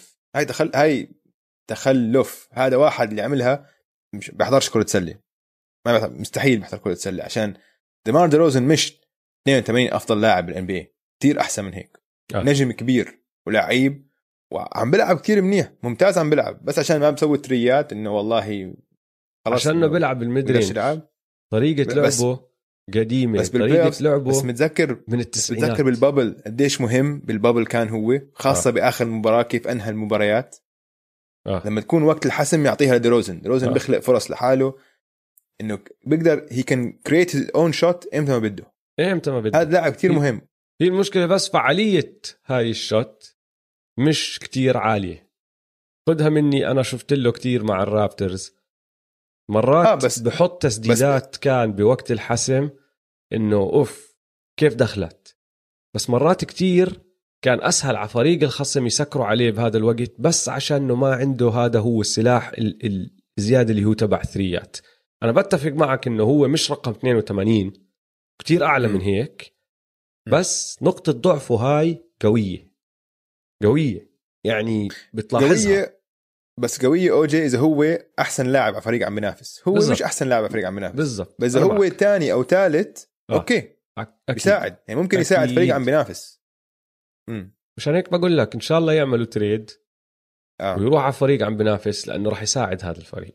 تخلف. هذا واحد اللي عملها مش بيحضرش كرة سلة، مستحيل بيحضر كرة سلة، عشان ديمار دي روزن مش 82 أفضل لاعب بالان بي اي، كتير أحسن من هيك. نجم كبير ولاعيب وعم بلعب كتير منيح، ممتاز عم بلعب، بس عشان ما بسوي تريات إنه والله خلاص عشان بلعب بالمدرينج. طريقة لعبه قديمة، بس طريقة لعبه بس متذكر من التسعينات. متذكر بالبابل قديش مهم بالبابل كان هو، خاصة بآخر مباراة كيف أنهى المباريات. لما تكون وقت الحسم يعطيها لدروزن. بيخلق فرص لحاله إنه بيقدر he can create his own shot إمتى ما بده. هذا لاعب كتير مهم. هي المشكلة بس فعالية هاي الشوت مش كتير عالية. خدها مني، أنا شفت له كتير مع الرابترز مرات بس بحط تسديدات بس كان بوقت الحسم إنه أوف كيف دخلت، بس مرات كتير كان أسهل على فريق الخصم يسكروا عليه بهذا الوقت، بس عشان إنه ما عنده هذا هو السلاح الزيادة اللي هو تبع ثريات. أنا بتفق معك إنه هو مش رقم 82، كتير أعلى من هيك، بس نقطة ضعفه هاي قوية يعني بتلاحظها. بس قويه او جي اذا هو احسن لاعب على فريق عم بينافس. هو بالزبط. مش احسن لاعب على فريق عم بينافس بالضبط. بس اذا هو ثاني او ثالث اوكي بيساعد يعني ممكن يساعد فريق عم بينافس. مشان هيك بقول لك ان شاء الله يعملوا تريد ويروح على فريق عم بينافس لانه راح يساعد هذا الفريق.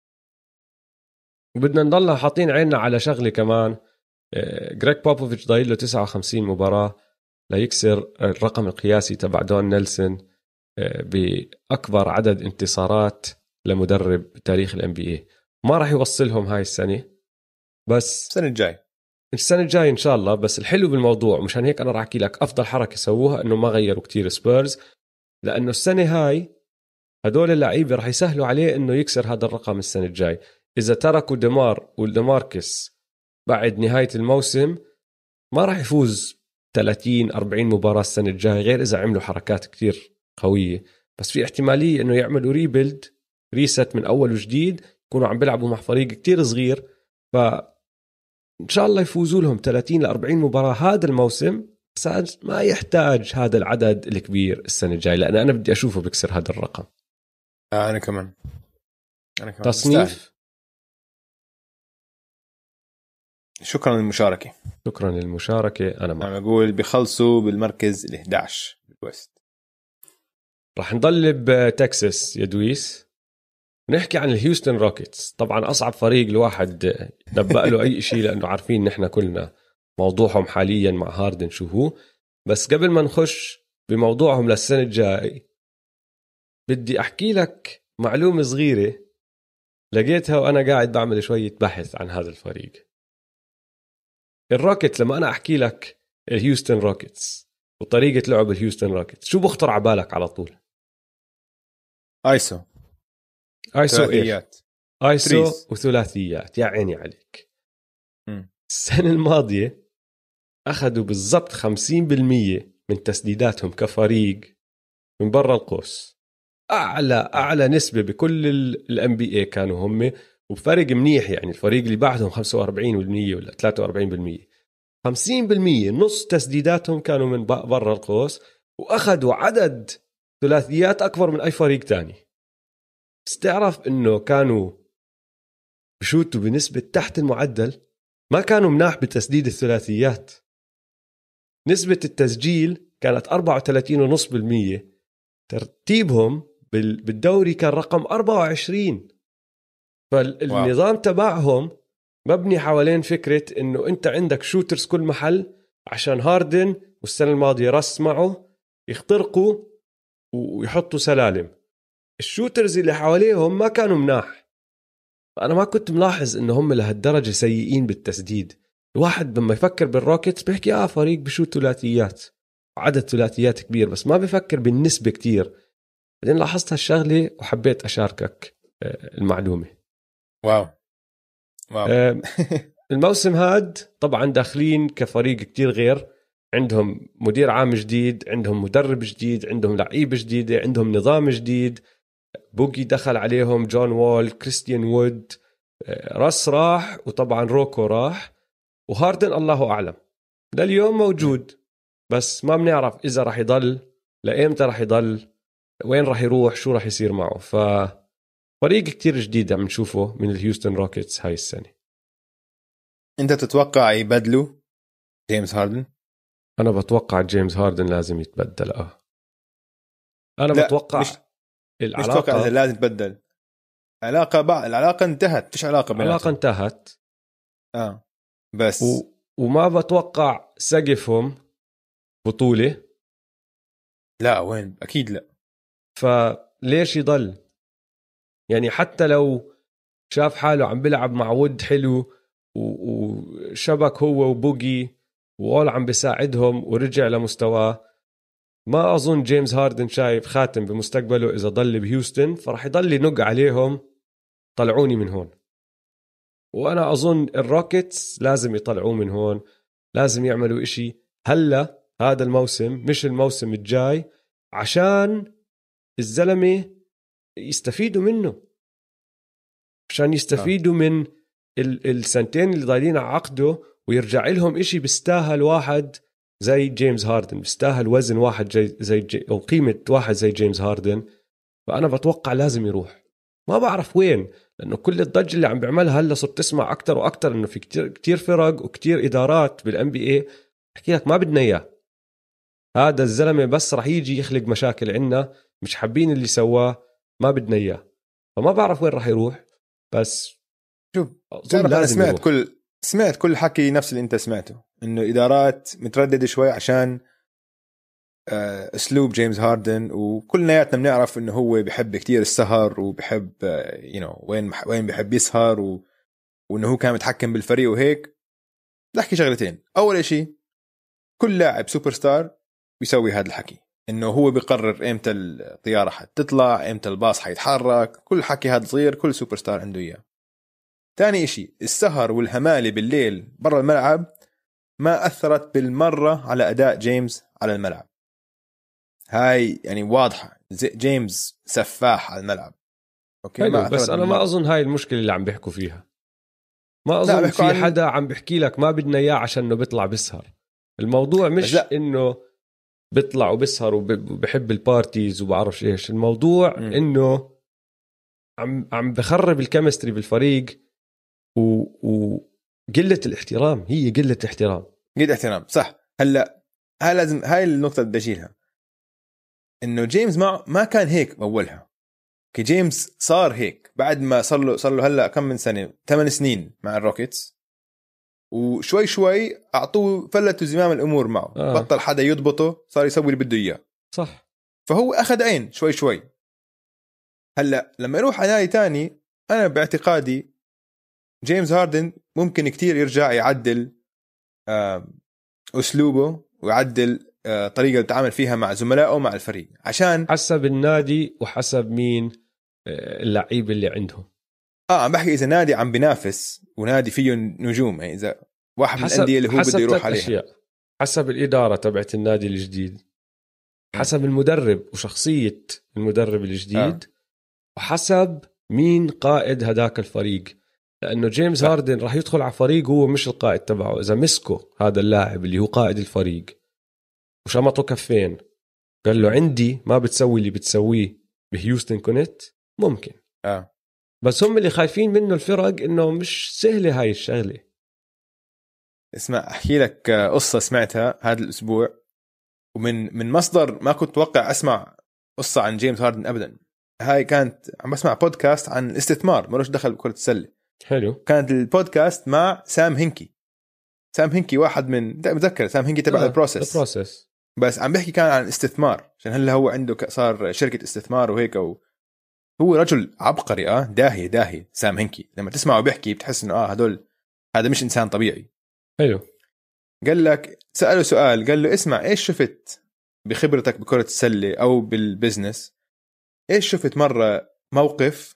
وبدنا نضلنا حاطين عيننا على شغله كمان. غريك بوبوفيتش ضايل له 59 مباراه ليكسر الرقم القياسي تبع دون نيلسون باكبر عدد انتصارات لمدرب بتاريخ الام بي اي. ما راح يوصلهم هاي السنه بس السنه الجاي ان شاء الله. بس الحلو بالموضوع مشان هيك انا راح احكي لك افضل حركه سووها انه ما غيروا كتير سبيرز، لانه السنه هاي هدول اللعيبه راح يسهلوا عليه انه يكسر هذا الرقم السنه الجاي. اذا تركوا ديمار وديماركس بعد نهايه الموسم ما راح يفوز 30-40 مباراه السنه الجاي غير اذا عملوا حركات كتير قويه. بس في احتماليه انه يعملوا ريست من اول وجديد، يكونوا عم بيلعبوا مع فريق كتير صغير، فان شاء الله يفوزوا لهم 30-40 مباراه هذا الموسم. بس ما يحتاج هذا العدد الكبير السنه الجاي، لان انا بدي اشوفه بكسر هذا الرقم. انا كمان تصنيف. شكرا للمشاركه. انا اقول بيخلصوا بالمركز ال11 بالويست. راح نضل بتكساس يا دويس، نحكي عن الهيوستن روكيتس. طبعا أصعب فريق الواحد نبأ له أي شيء لأنه عارفين نحن كلنا موضوعهم حاليا مع هاردن شو هو. بس قبل ما نخش بموضوعهم للسنة الجاي بدي أحكي لك معلومة صغيرة لقيتها وأنا قاعد بعمل شوية بحث عن هذا الفريق. الروكيتس لما أنا أحكي لك الهيوستن روكيتس وطريقة لعب الهيوستن روكيتس شو بخطر عبالك على طول؟ ايسو وثلاثيات. يا عيني عليك. السنة الماضية أخذوا بالضبط 50% من تسديداتهم كفريق من برا القوس. أعلى نسبة بكل الام بي اي كانوا هم، وبفرق منيح. يعني الفريق اللي بعدهم 45% ولا 43%. 50% نص تسديداتهم كانوا من برا القوس، وأخذوا عدد ثلاثيات أكبر من أي فريق تاني. بس تعرف إنه كانوا بشوتوا بنسبة تحت المعدل، ما كانوا مناح بتسديد الثلاثيات. نسبة التسجيل كانت 34.5%. ترتيبهم بالدوري كان رقم 24. فالنظام تبعهم مبني حوالين فكرة إنه أنت عندك شوترز كل محل، عشان هاردن والسنة الماضية رس معه يخترقوا ويحطوا سلالم. الشوترز اللي حواليهم ما كانوا مناح. أنا ما كنت ملاحظ إنه هم لهالدرجة سيئين بالتسديد. الواحد لما يفكر بالروكيتس بيحكي فريق بشوت ثلاثيات، عدد ثلاثيات كبير، بس ما بيفكر بالنسبة كتير. بعدين لاحظت هالشغلة وحبيت أشاركك المعلومة. واو. الموسم هاد طبعا داخلين كفريق كتير غير. عندهم مدير عام جديد، عندهم مدرب جديد، عندهم لعيبة جديدة، عندهم نظام جديد. بوغي دخل عليهم، جون وول، كريستيان وود، راس راح، وطبعا روكو راح، وهاردن الله أعلم لليوم موجود. بس ما بنعرف إذا راح يضل، لأيمتى راح يضل، وين راح يروح، شو راح يصير معه. فريق كتير جديد عم نشوفه من الهيوستن روكيتس هاي السنة. أنت تتوقع يبدلوا جيمس هاردن؟ أنا بتوقع جيمس هاردن لازم يتبدل. أنا بتوقع مش توقع إذا لازم تبدل. العلاقة انتهت، فيش علاقة بيناتهم. العلاقة انتهت. بس وما بتوقع سقفهم بطولة. لا وين، أكيد لا. فليش يضل؟ يعني حتى لو شاف حاله عم بلعب مع وود حلو وشبك هو وبوغي وول عم بيساعدهم ورجع لمستواه، ما أظن جيمس هاردن شايف خاتم بمستقبله إذا ضل بهيوستن، فرح يضل ينق عليهم طلعوني من هون. وأنا أظن الروكيتس لازم يطلعوه من هون، لازم يعملوا إشي هلا هذا الموسم مش الموسم الجاي، عشان الزلمة يستفيدوا منه، عشان يستفيدوا من السنتين اللي ضايلين على عقده، ويرجع لهم إشي بيستاهل واحد زي جيمس هاردن، بيستاهل وزن واحد زي أو قيمة واحد زي جيمس هاردن. فأنا بتوقع لازم يروح. ما بعرف وين، لأنه كل الضجة اللي عم بعملها هلا صرت تسمع أكتر وأكتر إنه في كتير فرق وكتير إدارات بالNBA بحكي لك ما بدنا إياه، هذا الزلمة بس رح يجي يخلق مشاكل عنا، مش حابين اللي سواه، ما بدنا إياه. فما بعرف وين رح يروح. بس شوف أنا سمعت كل حكي نفس اللي أنت سمعته، إنه إدارات مترددة شوي عشان أسلوب جيمس هاردن، وكلنا بنعرف إنه هو بيحب كتير السهر وبيحب وين بيحب يسهر وإنه هو كان متحكم بالفريق وهيك. نحكي شغلتين. أول إشي كل لاعب سوبر ستار بيسوي هذا الحكي، إنه هو بيقرر إمتى الطيارة حتطلع، إمتى الباص حيتحرك، كل حكي هذا صغير كل سوبر ستار عنده إياه. تاني إشي السهر والهمالة بالليل برا الملعب ما أثرت بالمرة على أداء جيمس على الملعب. هاي يعني واضحة، جيمس سفاح على الملعب. أوكي ما بس أنا ما أظن هاي المشكلة اللي عم بيحكوا فيها. ما أظن في حدا عم بيحكي لك ما بدنا إياه عشان إنه بيطلع بيسهر. الموضوع مش إنه بيطلع وبيسهر وبحب البارتيز وبعرفش إيش. الموضوع إنه عم بخرب الكيمستري بالفريق وقلة الاحترام. هي قلة احترام صح. هلا هاي لازم، هاي النقطة بدي أشيلها، إنه جيمس ما كان هيك بأولها. كي جيمس صار هيك بعد ما صار له هلا كم من سنة، 8 سنين مع الروكيتس، وشوي شوي أعطوه فلتوا زمام الأمور معه. بطل حدا يضبطه، صار يسوي اللي بده إياه. صح. فهو أخذ عين شوي. هلا لما يروح على نادي تاني، أنا باعتقادي جيمس هاردن ممكن كتير يرجع يعدل أسلوبه ويعدل طريقة اللي تعامل فيها مع زملائه مع الفريق، عشان حسب النادي وحسب مين اللعيب اللي عندهم. عم بحكي إذا نادي عم بينافس ونادي فيه نجوم، يعني إذا واحد من الأندية اللي هو بده يروح عليها. أشياء. حسب الإدارة تبعت النادي الجديد، حسب المدرب وشخصية المدرب الجديد، وحسب مين قائد هداك الفريق. لأنه جيمس هاردن راح يدخل على فريق هو مش القائد تبعه. إذا مسكه هذا اللاعب اللي هو قائد الفريق وشمطه كفين قال له عندي ما بتسوي اللي بتسويه بهيوستن كونت، ممكن. بس هم اللي خايفين منه الفرق، إنه مش سهلة هاي الشغلة. اسمع أحكي لك قصة سمعتها هذا الأسبوع، ومن مصدر ما كنت أتوقع أسمع قصة عن جيمس هاردن أبدا. هاي كانت عم بسمع بودكاست عن الاستثمار، ملوش دخل بكرة السلة. حلو. كانت البودكاست مع سام هينكي واحد من متذكر سام هينكي تبع البروسيس، بس عم بحكي كان عن الاستثمار، عشان هلا هو عنده صار شركة استثمار وهيك، هو رجل عبقري. داهي سام هينكي. لما تسمعه بيحكي بتحس انه هذا مش انسان طبيعي. حلو. قال لك سأله سؤال، قال له اسمع، ايش شفت بخبرتك بكرة السلة او بالبزنس، ايش شفت مرة موقف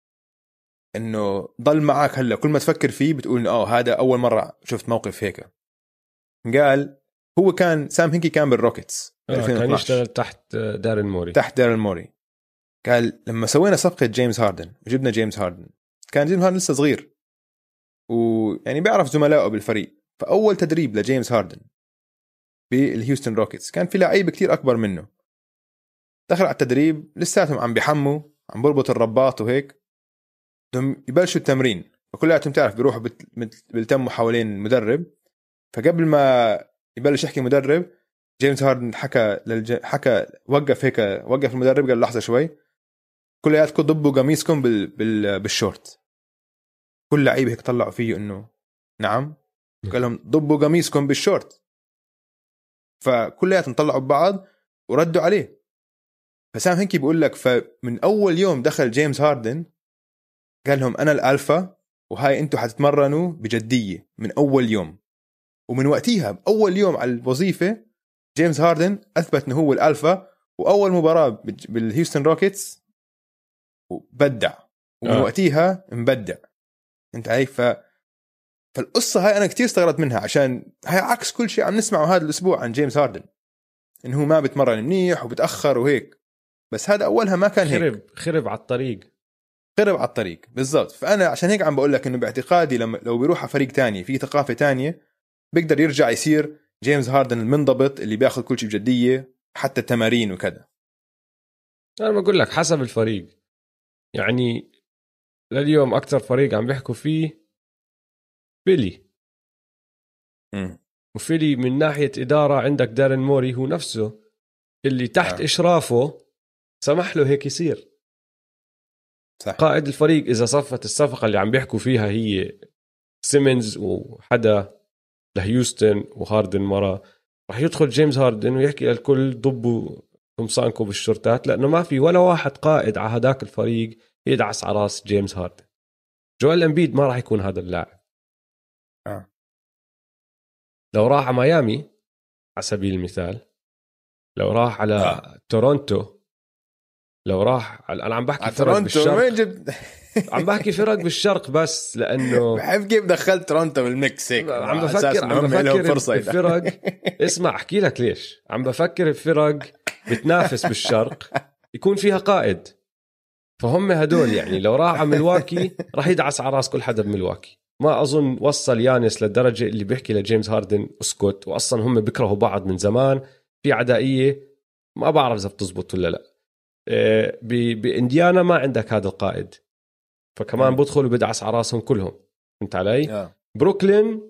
انه ضل معك هلا كل ما تفكر فيه بتقول انه هذا اول مرة شفت موقف هيك؟ قال هو كان سام هينكي كان بالروكيتس كان يشتغل تحت دارين موري. قال لما سوينا صفقة جيمس هاردن وجبنا جيمس هاردن، كان جيمس هاردن لسه صغير ويعني بيعرف زملائه بالفريق. فأول تدريب لجيمس هاردن بالهيوستن روكيتس كان في لعيبة كتير أكبر منه. دخل على التدريب لساتهم عم بيحموا، عم بربط الرباط وهيك، بدهم يبلشوا التمرين. فكلاتهم تعرف بيروحوا بيلتموا حوالين المدرب. فقبل ما يبلش يحكي المدرب، جيمس هاردن حكى وقف المدرب، قال لحظة شوي، كلياتكم ضبوا قميصكم بالشورت. كل لعيبه هيك طلعوا فيه انه نعم، قال لهم ضبوا قميصكم بالشورت. فكلياتهم طلعوا ببعض وردوا عليه. فسام هينكي بيقول لك فمن اول يوم دخل جيمس هاردن قال لهم انا الالفا، وهاي انتم حتتمرنوا بجديه من اول يوم. ومن وقتها باول يوم على الوظيفه جيمس هاردن اثبت انه هو الالفا، واول مباراه بالهيوستن روكيتس وبدع، ومن وقتها مبدع. انت عارف. فالقصة هاي أنا كتير استغربت منها، عشان هاي عكس كل شيء عم نسمعه هذا الأسبوع عن جيمس هاردن، إنه ما بتمرن منيح وبتأخر وهيك. بس هذا أولها ما كان هيك. خرب على الطريق بالضبط. فأنا عشان هيك عم بقول لك إنه باعتقادي لو بيروح على فريق تاني في ثقافة تانية بيقدر يرجع يصير جيمس هاردن المنضبط اللي بياخد كل شيء بجدية، حتى التمارين وكذا. انا بقول لك حسب الفريق يعني. لليوم اكثر فريق عم بيحكوا فيه فيلي. وفيلي من ناحيه اداره عندك دارين موري هو نفسه اللي تحت اشرافه سمح له هيك يصير صح. قائد الفريق. اذا صفت الصفقه اللي عم بيحكوا فيها هي سيمنز وحدا لهيوستن وهاردن مرة، راح يدخل جيمس هاردن ويحكي للكل ضبوا قمصانكم بالشرطات، لأنه ما في ولا واحد قائد على هداك الفريق يدعس على راس جيمس هاردن. جويل امبيد ما راح يكون هذا اللاعب. لو راح على ميامي على سبيل المثال، لو راح على تورونتو، لو راح على... أنا عم بحكي فرق بالشرق عم بحكي فرق بالشرق بس لأنه بحب كيف دخلت تورونتو بالميكس هيك. عم بفكر بفرق اسمع أحكي لك ليش عم بفكر بفرق بتنافس بالشرق يكون فيها قائد. فهم هدول يعني لو راح على ملواكي راح يدعس على راس كل حدا بملواكي. ما أظن وصل يانس للدرجة اللي بيحكي لجيمس هاردن اسكت. وأصلا هم بيكرهوا بعض من زمان، في عدائية ما بعرف إذا بتزبط ولا لا. بإنديانا ما عندك هذا القائد، فكمان بدخل وبدعس على راسهم كلهم. فهمت علي؟ بروكلين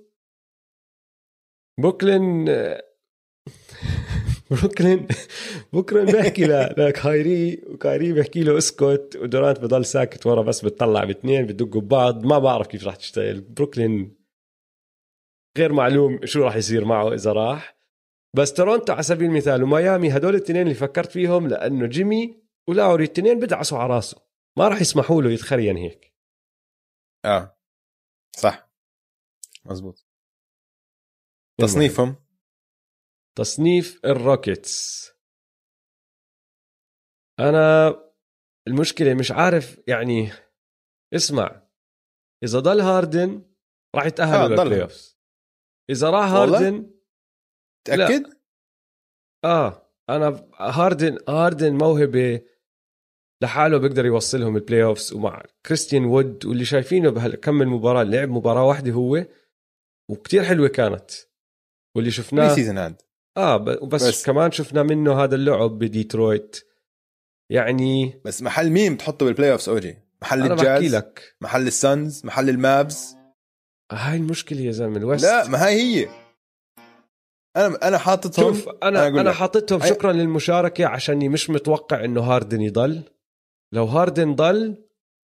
بيحكي لكايري وكايري بيحكي له اسكت، ودورانت بضل ساكت ورا بس بتطلع باثنين بدقوا ببعض. ما بعرف كيف راح تشتغل بروكلين، غير معلوم شو راح يصير معه إذا راح. بس تورونتو على سبيل المثال وميامي هدول الاثنين اللي فكرت فيهم، لأنه جيمي ولاوري الاثنين بدعسوا على راسه، ما راح يسمحوا له يتخرين هيك. صح مزبوط. تصنيفهم تصنيف الروكيتس، أنا المشكلة مش عارف يعني. اسمع، إذا ضل هاردن راح يتأهلوا للبلاي أوفس. إذا راح هاردن تأكد؟ أنا هاردن موهبة لحاله بيقدر يوصلهم البلاي أوفس، ومع كريستيان وود واللي شايفينه بهالكم المباراة لعب مباراة واحدة هو وكتير حلوة كانت، واللي شفناه بس كمان شفنا منه هذا اللعب بديترويت يعني. بس محل مين بتحطه بالبلاي أوفس أوجي؟ محل الجاز، محل السانز، محل المابز. هاي المشكلة يا زلمة الوست. لا ما هي انا حاططهم. شوف انا حاططهم شكرا للمشاركة، عشاني مش متوقع انه هاردن يضل. لو هاردن ضل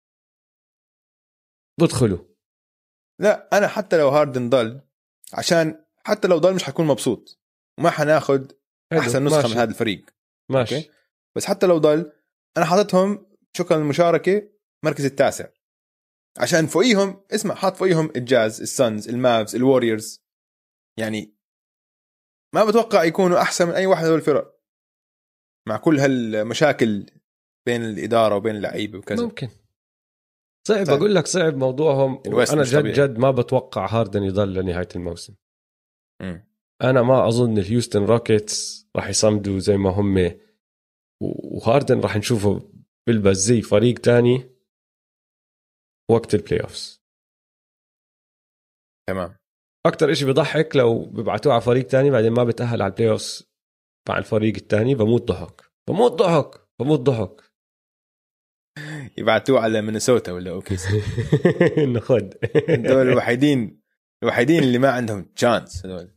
بدخلوا. لا انا حتى لو هاردن ضل، عشان حتى لو ضل مش حكون مبسوط وما حناخد احسن نسخة من هذا الفريق. ماشي أوكي؟ بس حتى لو ضل انا حاططهم شكرا للمشاركة مركز التاسع، عشان فوقيهم اسمع حاط فوقيهم الجاز، السانز، المافز، الواريورز. يعني ما بتوقع يكونوا احسن من اي واحد من الفرق مع كل هالمشاكل بين الاداره وبين اللعيبه وكذا. ممكن صعب اقول لك، صعب موضوعهم. انا جد ما بتوقع هاردن يضل لنهايه الموسم. انا ما اظن الهيوستن روكيتس راح يصمدوا زي ما هم، وهاردن راح نشوفه بلبس زي فريق تاني وقت البلاي اوفس. تمام. اكتر اشي بيضحك لو ببعتوه على فريق تاني بعدين ما بتأهل على البلاي اوفس مع الفريق التاني. بموت ضحك يبعتوه على مينيسوتا ولا اوكيسي. ناخد دول الوحيدين اللي ما عندهم تشانس هذول.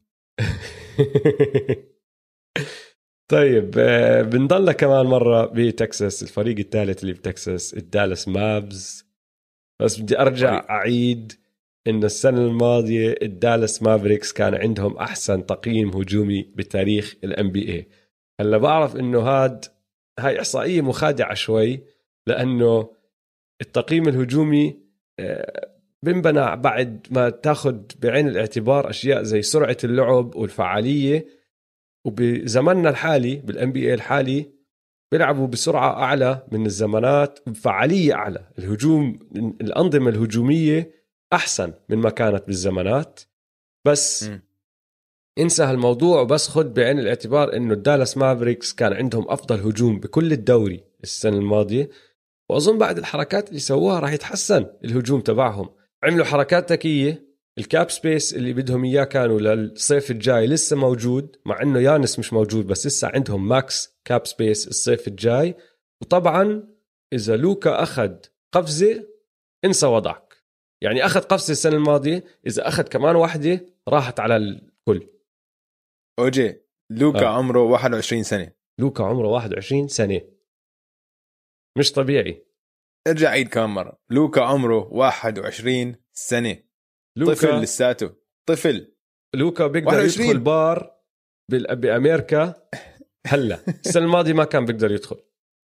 طيب بنضل كمان مرة بتكساس، الفريق الثالث اللي بتكساس الدالاس مابز. بس بدي أرجع أعيد إن السنة الماضية الدالاس مافريكس كان عندهم أحسن تقييم هجومي بتاريخ NBA. هلا بعرف إنه هاي إحصائية مخادعة شوي، لأنه التقييم الهجومي بنبنى بعد ما تاخد بعين الاعتبار أشياء زي سرعة اللعب والفعالية. وبزمننا الحالي بالNBA الحالي بيلعبوا بسرعة أعلى من الزمانات وبفعالية أعلى. الهجوم، الأنظمة الهجومية أحسن من ما كانت بالزمانات. بس انسى هالموضوع وبس خد بعين الاعتبار إنه الدالاس مافريكس كان عندهم أفضل هجوم بكل الدوري السنة الماضية. وأظن بعد الحركات اللي سووها راح يتحسن الهجوم تبعهم. عملوا حركات ذكية. الكاب سبيس اللي بدهم إياه كانوا للصيف الجاي لسه موجود، مع إنه يانس مش موجود، بس لسه عندهم ماكس كاب سبيس الصيف الجاي. وطبعا إذا لوكا أخذ قفزة انسى وضعك، يعني أخذ قفزة السنة الماضية، إذا أخذ كمان واحدة راحت على الكل. أوجي لوكا عمره 21 سنة. لوكا عمره 21 سنة، مش طبيعي. ارجع عيد كمان مرة، لوكا عمره 21 سنة. لوكا طفل لساته، طفل. لوكا بيقدر يدخل بار بأمريكا هلا. السنة الماضية ما كان بيقدر يدخل.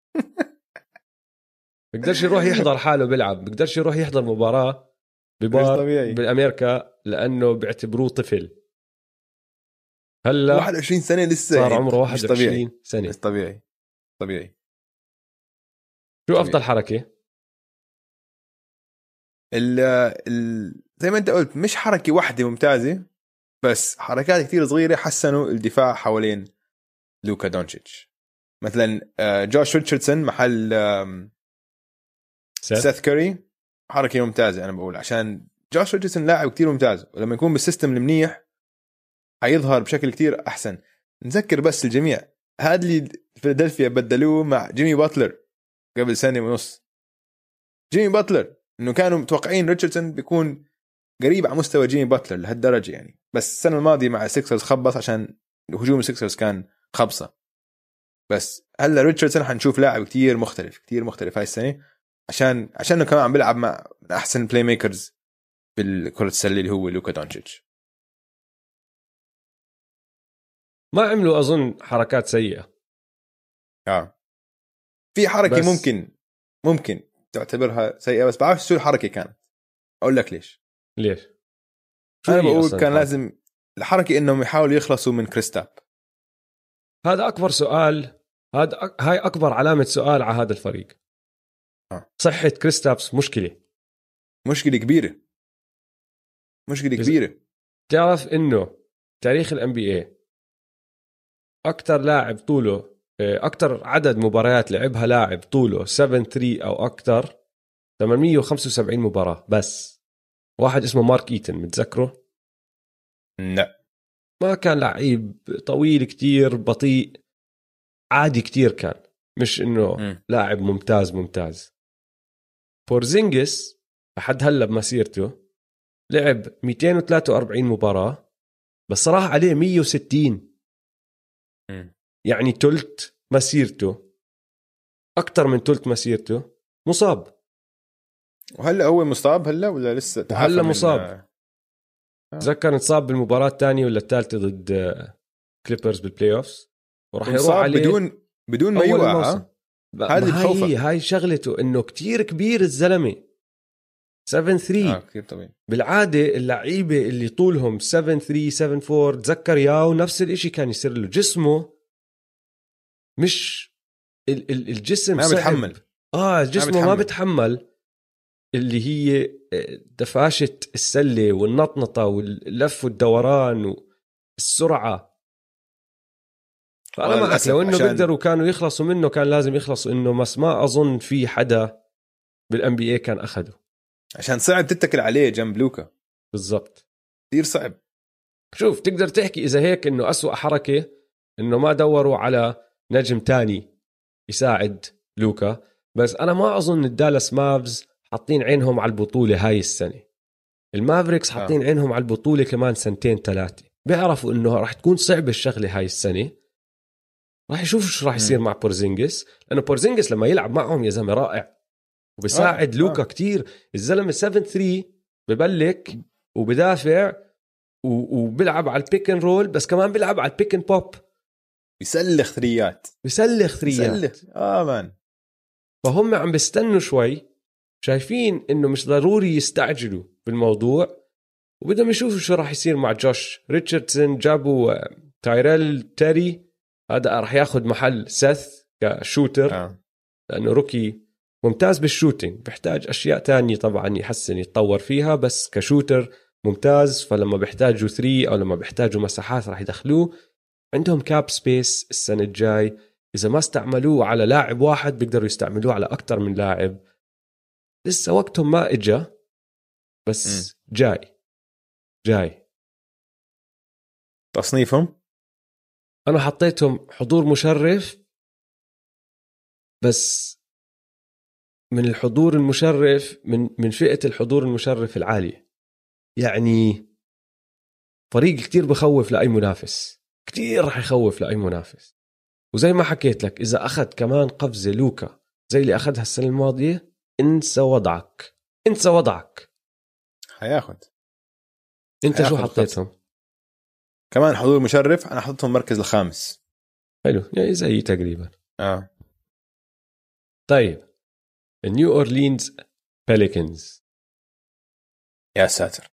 بيقدرش يروح يحضر حاله بيلعب، بيقدرش يروح يحضر مباراة ببار بأمريكا لأنه بيعتبروه طفل. هلا 21 سنة لسه صار عمره 21 سنة. مش طبيعي. طبيعي. شو طبيعي. أفضل حركة؟ زي ما انت قلت مش حركة واحدة ممتازة، بس حركات كتير صغيرة حسنوا الدفاع حوالين لوكا دونتشيتش. مثلا جوش ريتشاردسون محل سيث كوري، حركة ممتازة أنا بقول، عشان جوش ريتشاردسون لاعب كتير ممتاز، ولما يكون بالسيستم المنيح هيظهر بشكل كتير أحسن. نذكر بس الجميع هذا اللي فيلادلفيا بدلوه مع جيمي باتلر قبل سنة ونص. جيمي باتلر إنه كانوا متوقعين ريتشاردسون بيكون قريب على مستوى جيمي باتلر لهالدرجة يعني، بس السنة الماضية مع السيكسرز خبص عشان هجوم السيكسرز كان خبصة. بس هلا ريتشاردسون حنشوف لاعب كتير مختلف هاي السنة، عشانه كمان عم بيلعب مع أحسن بلاي ميكرز بالكرة السلة اللي هو لوكا دونتشيتش. ما عملوا أظن حركات سيئة. في حركة ممكن تعتبرها سيئة، بس بعرف شو الحركة كانت. أقول لك ليش. أنا بقول كان لازم الحركة إنهم يحاولوا يخلصوا من كريستاب. هذا أكبر سؤال، هاي أكبر علامة سؤال على هذا الفريق. صحة كريستابس مشكلة كبيرة. تعرف إنه تاريخ NBA أكتر لاعب طوله، أكتر عدد مباريات لعبها لاعب طوله 7-3 أو أكتر 875 مباراة، بس واحد اسمه مارك إيتن، متذكره؟ لا، ما كان لعيب طويل كتير، بطيء عادي كتير كان، مش إنه لاعب ممتاز. بورزينجس لحد هلا بمسيرته لعب 243 مباراة، بس راح عليه 160. يعني تلت مسيرته، أكتر من تلت مسيرته مصاب. وهلا هو مصاب هلا ولا لسه؟ هلا مصاب. تذكر انصاب بالمباراة الثانية ولا الثالثة ضد كليبرز بالبلاي اوفز، وراح يروح عليه بدون ما يوقع. هاي شغلته انه كتير كبير الزلمة 7-3. كتير طبيعي. بالعادة اللعيبة اللي طولهم 7-3 7-4 تذكر ياو نفس الاشي كان يصير له، جسمه مش الجسم ما بتحمل. جسمه ما بتحمل اللي هي دفاشة السلة والنطنطة واللف والدوران والسرعة. فأنا معك لو إنه بيقدروا كانوا يخلصوا منه كان لازم يخلصوا إنه، بس ما أظن في حدا بالNBA كان أخده، عشان صعب تتكل عليه جنب لوكا. بالضبط، كثير صعب. شوف تقدر تحكي إذا هيك إنه أسوأ حركة إنه ما دوروا على نجم تاني يساعد لوكا، بس أنا ما أظن الدالاس مافز حاطين عينهم على البطولة هاي السنة. المافريكس حاطين عينهم على البطولة كمان 2-3، بيعرفوا إنه راح تكون صعبة الشغلة هاي السنة، راح يشوفوا شو راح يصير مع بورزينجس، لأنه بورزينجس لما يلعب معهم يا زلمة رائع وبيساعد لوكا كتير. الزلمة 7-3 ببلك وبدافع وبيلعب على البيك ان رول، بس كمان بيلعب على البيك ان بوب، بيسلخ ثريات. مان. فهم عم بيستنوا شوي، شايفين انه مش ضروري يستعجلوا بالموضوع، وبدهم يشوفوا شو راح يصير مع جوش ريتشاردسون. جابوا تايريل تيري، هذا راح ياخد محل سيث كشوتر لانه روكي ممتاز بالشوتينج، بيحتاج اشياء تانية طبعا يحسن يتطور فيها، بس كشوتر ممتاز. فلما بيحتاجوا 3 او لما بيحتاجوا مساحات راح يدخلوه. عندهم كاب سبيس السنة الجاي، إذا ما استعملوه على لاعب واحد بيقدروا يستعملوه على أكتر من لاعب. لسه وقتهم ما إجا، بس جاي. تصنيفهم أنا حطيتهم حضور مشرف بس من الحضور المشرف، من فئة الحضور المشرف العالية. يعني فريق كتير بخوف لأي منافس، كتير رح يخوف لأي منافس. وزي ما حكيت لك إذا أخذ كمان قفزة لوكا زي اللي أخذها السنة الماضية، انسى وضعك، انسى وضعك. هياخد. انت شو حطيتهم؟ كمان حضور مشرف. أنا حطيتهم مركز الخامس. حلو، يعني زي تقريبا. طيب نيو أورلينز بيليكنز. يا ساتر.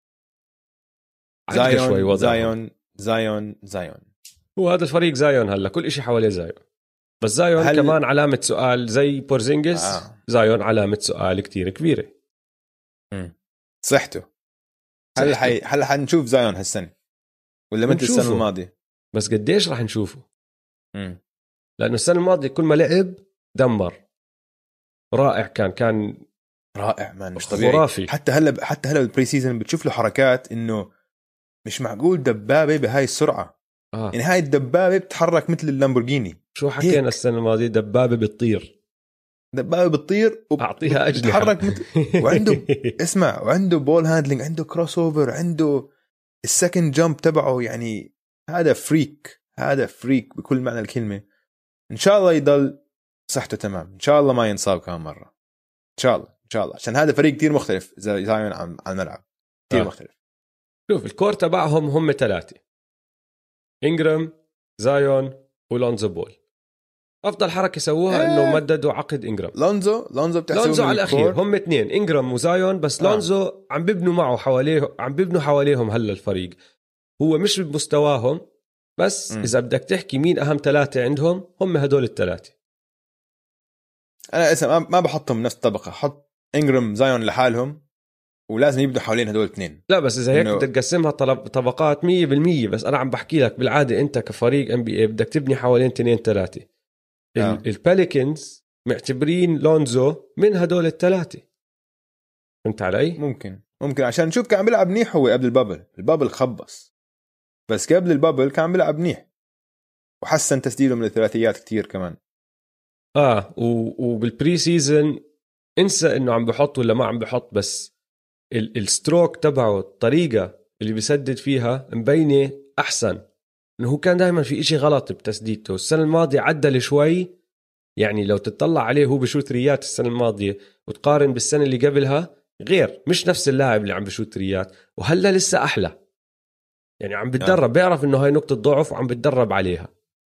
زايون. هو هذا الفريق زايون. هلا كل إشي حواليه زايون، بس زايون كمان علامة سؤال زي بورزينجس. زايون علامة سؤال كتير كبيرة. صحته. هل حنشوف زايون هالسنة ولا مثل السنة الماضية؟ بس قديش راح نشوفه؟ لأنه السنة الماضية كل ما لعب دمر. رائع كان رائع، مان مش طبيعي. خرافي. حتى هلا البري سيزن بتشوف له حركات إنه مش معقول دبابة بهاي السرعة. يعني هاي الدبابة بتتحرك مثل اللامبورجيني. شو حكينا السنة الماضية؟ دبابة بتطير أعطيها أجنحة تتحرك وعنده اسمع، وعنده بول هاندلينج، عنده كروس اوفر، عنده السكند جامب تبعه. يعني هذا فريك بكل معنى الكلمة. إن شاء الله يضل صحته تمام، إن شاء الله ما ينصاب كمان مرة، إن شاء الله عشان هذا فريق كتير مختلف زايون على الملعب كتير مختلف. شوف الكور تبعهم هم 3: إنجرام، زايون، ولونزو بول. أفضل حركة سووها إنه مددوا عقد إنجرام. لونزو على الأخير. هم 2 إنجرام وزايون، بس لونزو عم بيبنوا معه عم بيبنوا حواليهم. هلا الفريق هو مش بمستواهم، بس إذا بدك تحكي مين أهم 3 عندهم، هم هدول 3. أنا ما بحطهم نفس الطبقة. حط إنجرام زايون لحالهم، ولازم يبدوا حوالين هدول 2. لا بس إذا هيك بدك تقسمها طبقات 100%. بس أنا عم بحكي لك بالعادة أنت كفريق NBA بدك تبني حوالين 2-3. الباليكنز معتبرين لونزو من هدول 3. فهمت علي؟ ممكن عشان نشوف كان بيلعب منيح. هو قبل البابل خبص، بس قبل البابل كان بيلعب منيح وحسن تسديده من الثلاثيات كتير كمان. وبالبري سيزن انسى انه عم بحط ولا ما عم بحط، بس الستروك تبعه، الطريقة اللي بيسدد فيها مبينة أحسن. إنه هو كان دائما في إشي غلط بتسديدته. السنة الماضية عدل شوي. يعني لو تطلع عليه هو بشوت ريات السنة الماضية وتقارن بالسنة اللي قبلها، غير، مش نفس اللاعب اللي عم بشوت ريات. وهلا لسه أحلى. يعني عم بتدرب، بيعرف إنه هاي نقطة ضعف وعم بتدرب عليها.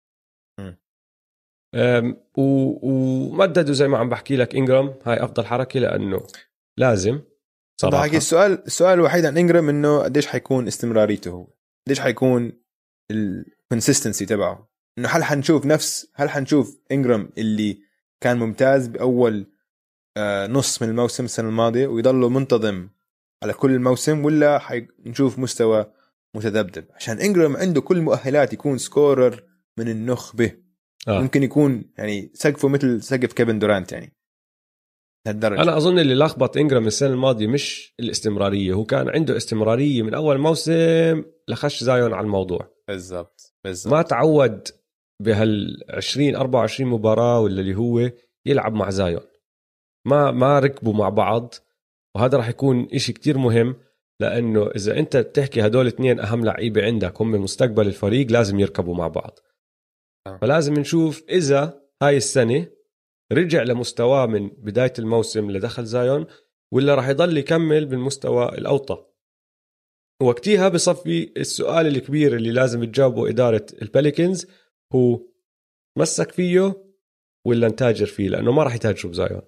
ومددوا زي ما عم بحكي لك إنجرام. هاي أفضل حركة لأنه لازم صراحة. السؤال الوحيد عن إنجرام إنه قديش حيكون استمراريته، هو قديش حيكون الكونسيستنسي تبعه. إنه هل حنشوف إنجرام اللي كان ممتاز بأول نص من الموسم السنة الماضية ويضله منتظم على كل الموسم، ولا حنشوف مستوى متذبذب؟ عشان إنجرام عنده كل مؤهلات يكون سكورر من النخبة. ممكن يكون يعني سقفه مثل سقف كيفن دورانت يعني هالدرجة. أنا أظن اللي لخبط إنجرام السنة الماضية مش الاستمرارية. هو كان عنده استمرارية من أول موسم لخش زايون على الموضوع. بالضبط. ما تعود بهال20-24 مباراة ولا اللي هو يلعب مع زايون. ما ركبوا مع بعض. وهذا راح يكون إشي كتير مهم، لأنه إذا أنت بتحكي هدول 2 أهم لعيبة عندك هم مستقبل الفريق، لازم يركبوا مع بعض. فلازم نشوف إذا هاي السنة رجع لمستواه من بداية الموسم اللي دخل زايون، ولا راح يضل يكمل بالمستوى الأوطى. وقتها بصفي السؤال الكبير اللي لازم تجاوبه إدارة الباليكنز، هو مسك فيه ولا نتاجر فيه، لأنه ما راح يتاجروا بزايون.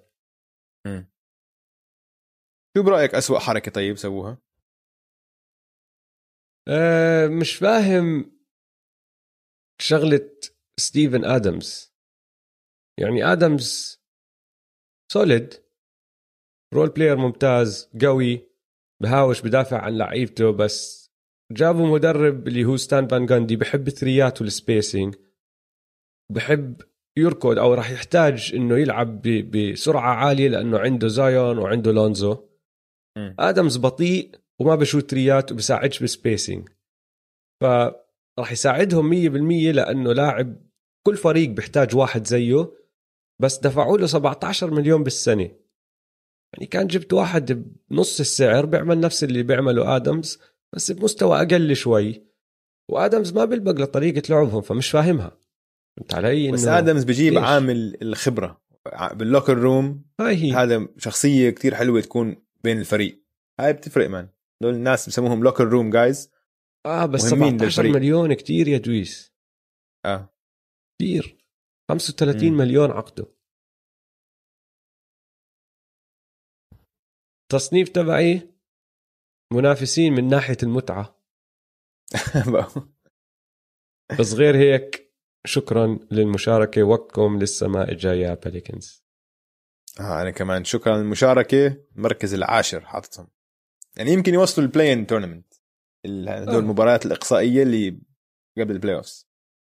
شو برأيك أسوأ حركة طيب سووها؟ مش فاهم شغلة ستيفن آدمز. يعني آدمز سوليد رول بلاير ممتاز قوي، بهاوش بدافع عن لعيبته، بس جابوا مدرب اللي هو ستان فان غاندي بحب الثريات والسبيسينج، بحب يركض، أو راح يحتاج إنه يلعب بسرعة عالية لأنه عنده زايون وعنده لونزو. آدمز بطيء وما بشوت ثريات وبساعدش بالسبيسينج، فراح يساعدهم 100% لأنه لاعب كل فريق بيحتاج واحد زيه بس دفعوا له 17 مليون بالسنة. يعني كان جبت واحد بنص السعر بيعمل نفس اللي بيعمله آدمز بس بمستوى أقل شوي، وآدمز ما بيلبق لطريقة لعبهم فمش فاهمها. فهمت علي؟ بس آدمز بيجيب عامل الخبرة باللوكر روم، هاي هذا شخصية كتير حلوة تكون بين الفريق، هاي بتفرق مان. دول الناس بسموهم لوكر روم جايز. بس 17 مليون كتير يا دويس. كتير. 35 مليون عقده. تصنيف تبعي منافسين من ناحية المتعة. بس غير هيك شكرا للمشاركة، وقتكم لسه ما اجا يا بليكنز. أنا كمان شكرا للمشاركة. المركز العاشر حاطتهم، يعني يمكن يوصلوا البلاين تورنمنت، هدول المباريات الإقصائية اللي قبل البلاي اوفز.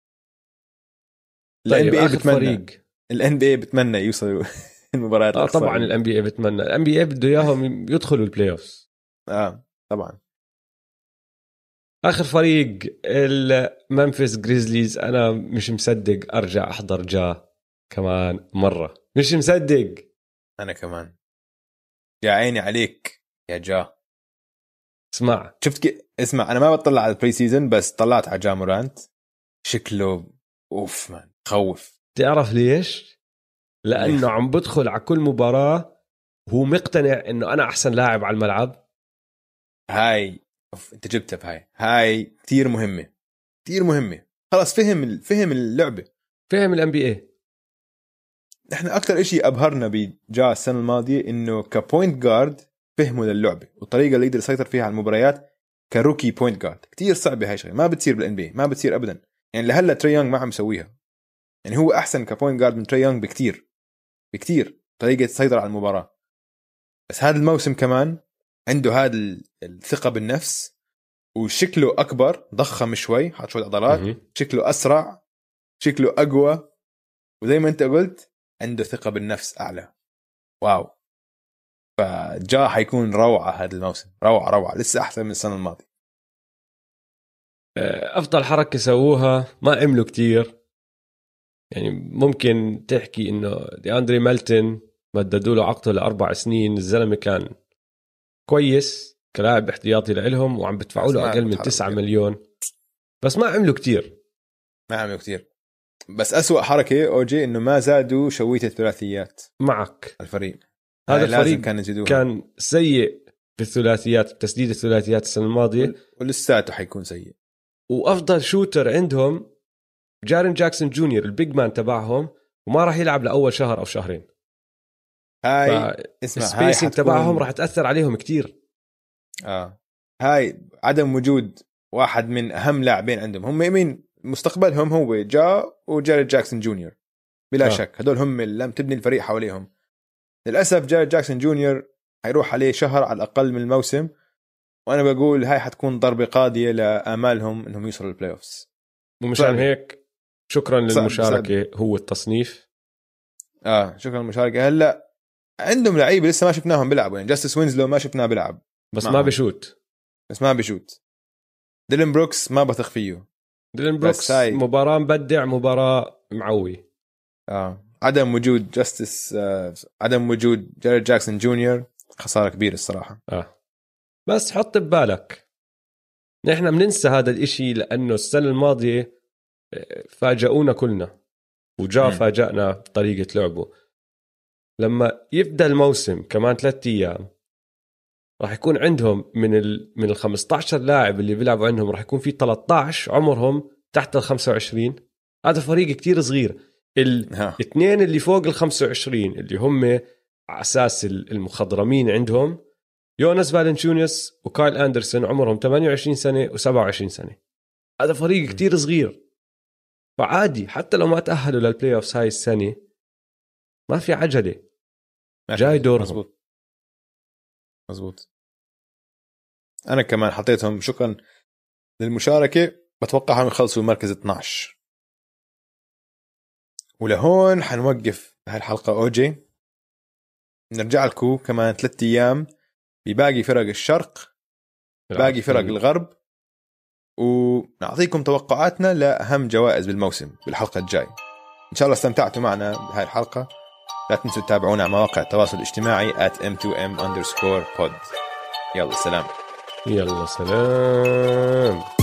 طيب الان بي اي بتمنى يوصلوا المباريات الإقصائية. طبعا الان بي اي بتمنى، الان بي اي بده اياهم يدخلوا البلاي اوفز. طبعا. اخر فريق الممفيس جريزليز، انا مش مصدق ارجع احضر كمان مرة، مش مصدق. انا كمان يا عيني عليك يا اسمع اسمع، انا ما بطلع على البري سيزن بس طلعت على مورانت، شكله اوف مان خوف. تعرف ليش؟ لانه عم بدخل على كل مباراة هو مقتنع انه انا احسن لاعب على الملعب. هاي انت جبتها هاي كتير مهمة، كتير مهمة. خلاص فهم اللعبة، فهم الان بي اي. احنا اكتر اشي ابهرنا بجا السنة الماضية انه كبوينت جارد فهموا للعبة والطريقة اللي يقدر يسيطر فيها على المباريات كروكي بوينت جارد. كتير صعبة هاي شغلة ما بتصير بالان بي، ما بتصير ابدا. يعني لهلا تري يونغ ما عم يسويها، يعني هو احسن كبوينت جارد من تري يونغ بكتير طريقة تسيطر على المباراة. بس هذا الموسم كمان عنده هذا الثقة بالنفس، وشكله أكبر، ضخم شوي، حاط شوية عضلات، شكله أسرع، شكله أقوى، وزي ما أنت قلت عنده ثقة بالنفس أعلى. واو، فجا حيكون روعة هذا الموسم، روعة لسه أحسن من السنة الماضية. أفضل حركة سووها ما عملوا كتير، يعني ممكن تحكي إنه دي أندري مالتن مددوا له عقده ل4 سنين. الزلمة كان كويس كلاعب احتياطي لإلهم وعم بدفعوا له أقل من 9 مليون، بس ما عملوا كتير. بس أسوأ حركة أوجي إنه ما زادوا شوية الثلاثيات معك الفريق. هذا الفريق كان سيء بالثلاثيات، تسديد الثلاثيات السنة الماضية، ولساته حيكون سيء. وأفضل شوتر عندهم جارين جاكسون جونيور البيج مان تبعهم، وما راح يلعب لأول شهر أو شهرين. هاي السبيسينج تبعهم راح تأثر عليهم كتير. هاي عدم وجود واحد من أهم لاعبين عندهم، هم يمين مستقبلهم هو وجارين جاكسون جونيور بلا شك. هدول هم اللي لم تبني الفريق حواليهم. للأسف جارين جاكسون جونيور هيروح عليه شهر على الأقل من الموسم، وأنا بقول هاي حتكون ضربة قاضية لآمالهم إنهم يوصلوا البلاي أوفس. ومشان هيك شكرا للمشاركة. هو التصنيف شكرا للمشاركة. هلا عندهم لعيبة لسه ما شفناهم بيلعبوا، يعني جاستس وينزلو ما شفناه بيلعب بس ما بشوت. ديلين بروكس ما بثق فيه. ديلين بروكس مباراة مبدع، مباراة معوي. عدم وجود جاستس، عدم وجود جاريد جاكسون جونيور خسارة كبيرة الصراحة. بس حط ببالك نحن بننسى هذا الاشي، لأنه السنة الماضية فاجأونا كلنا وجاء فاجأنا بطريقة لعبه. لما يبدأ الموسم كمان 3 أيام راح يكون عندهم من ال 15 لاعب اللي بيلعبوا عندهم راح يكون في 13 عمرهم تحت ال 25. هذا فريق كتير صغير. الاثنين اللي فوق ال 25 اللي هم على أساس المخضرمين عندهم يوناس فالنتينوس وكايل أندرسون، عمرهم 28 سنة و27 سنة. هذا فريق كتير صغير، فعادي حتى لو ما تأهلوا للبلاي أوفس هاي السنة ما في عجلة، جاي دورهم. مزبوط. أنا كمان حطيتهم. شكرا للمشاركة. بتوقعهم يخلصوا المركز 12. ولهون حنوقف هالحلقة أوجي. نرجع لكم كمان 3 أيام بباقي فرق الشرق، باقي فرق الغرب، ونعطيكم توقعاتنا لأهم جوائز بالموسم بالحلقة الجاي. إن شاء الله استمتعتوا معنا بهاي الحلقة. لا تنسوا تتابعونا على مواقع التواصل الاجتماعي @m2m_pod. يلا سلام. يلا سلام.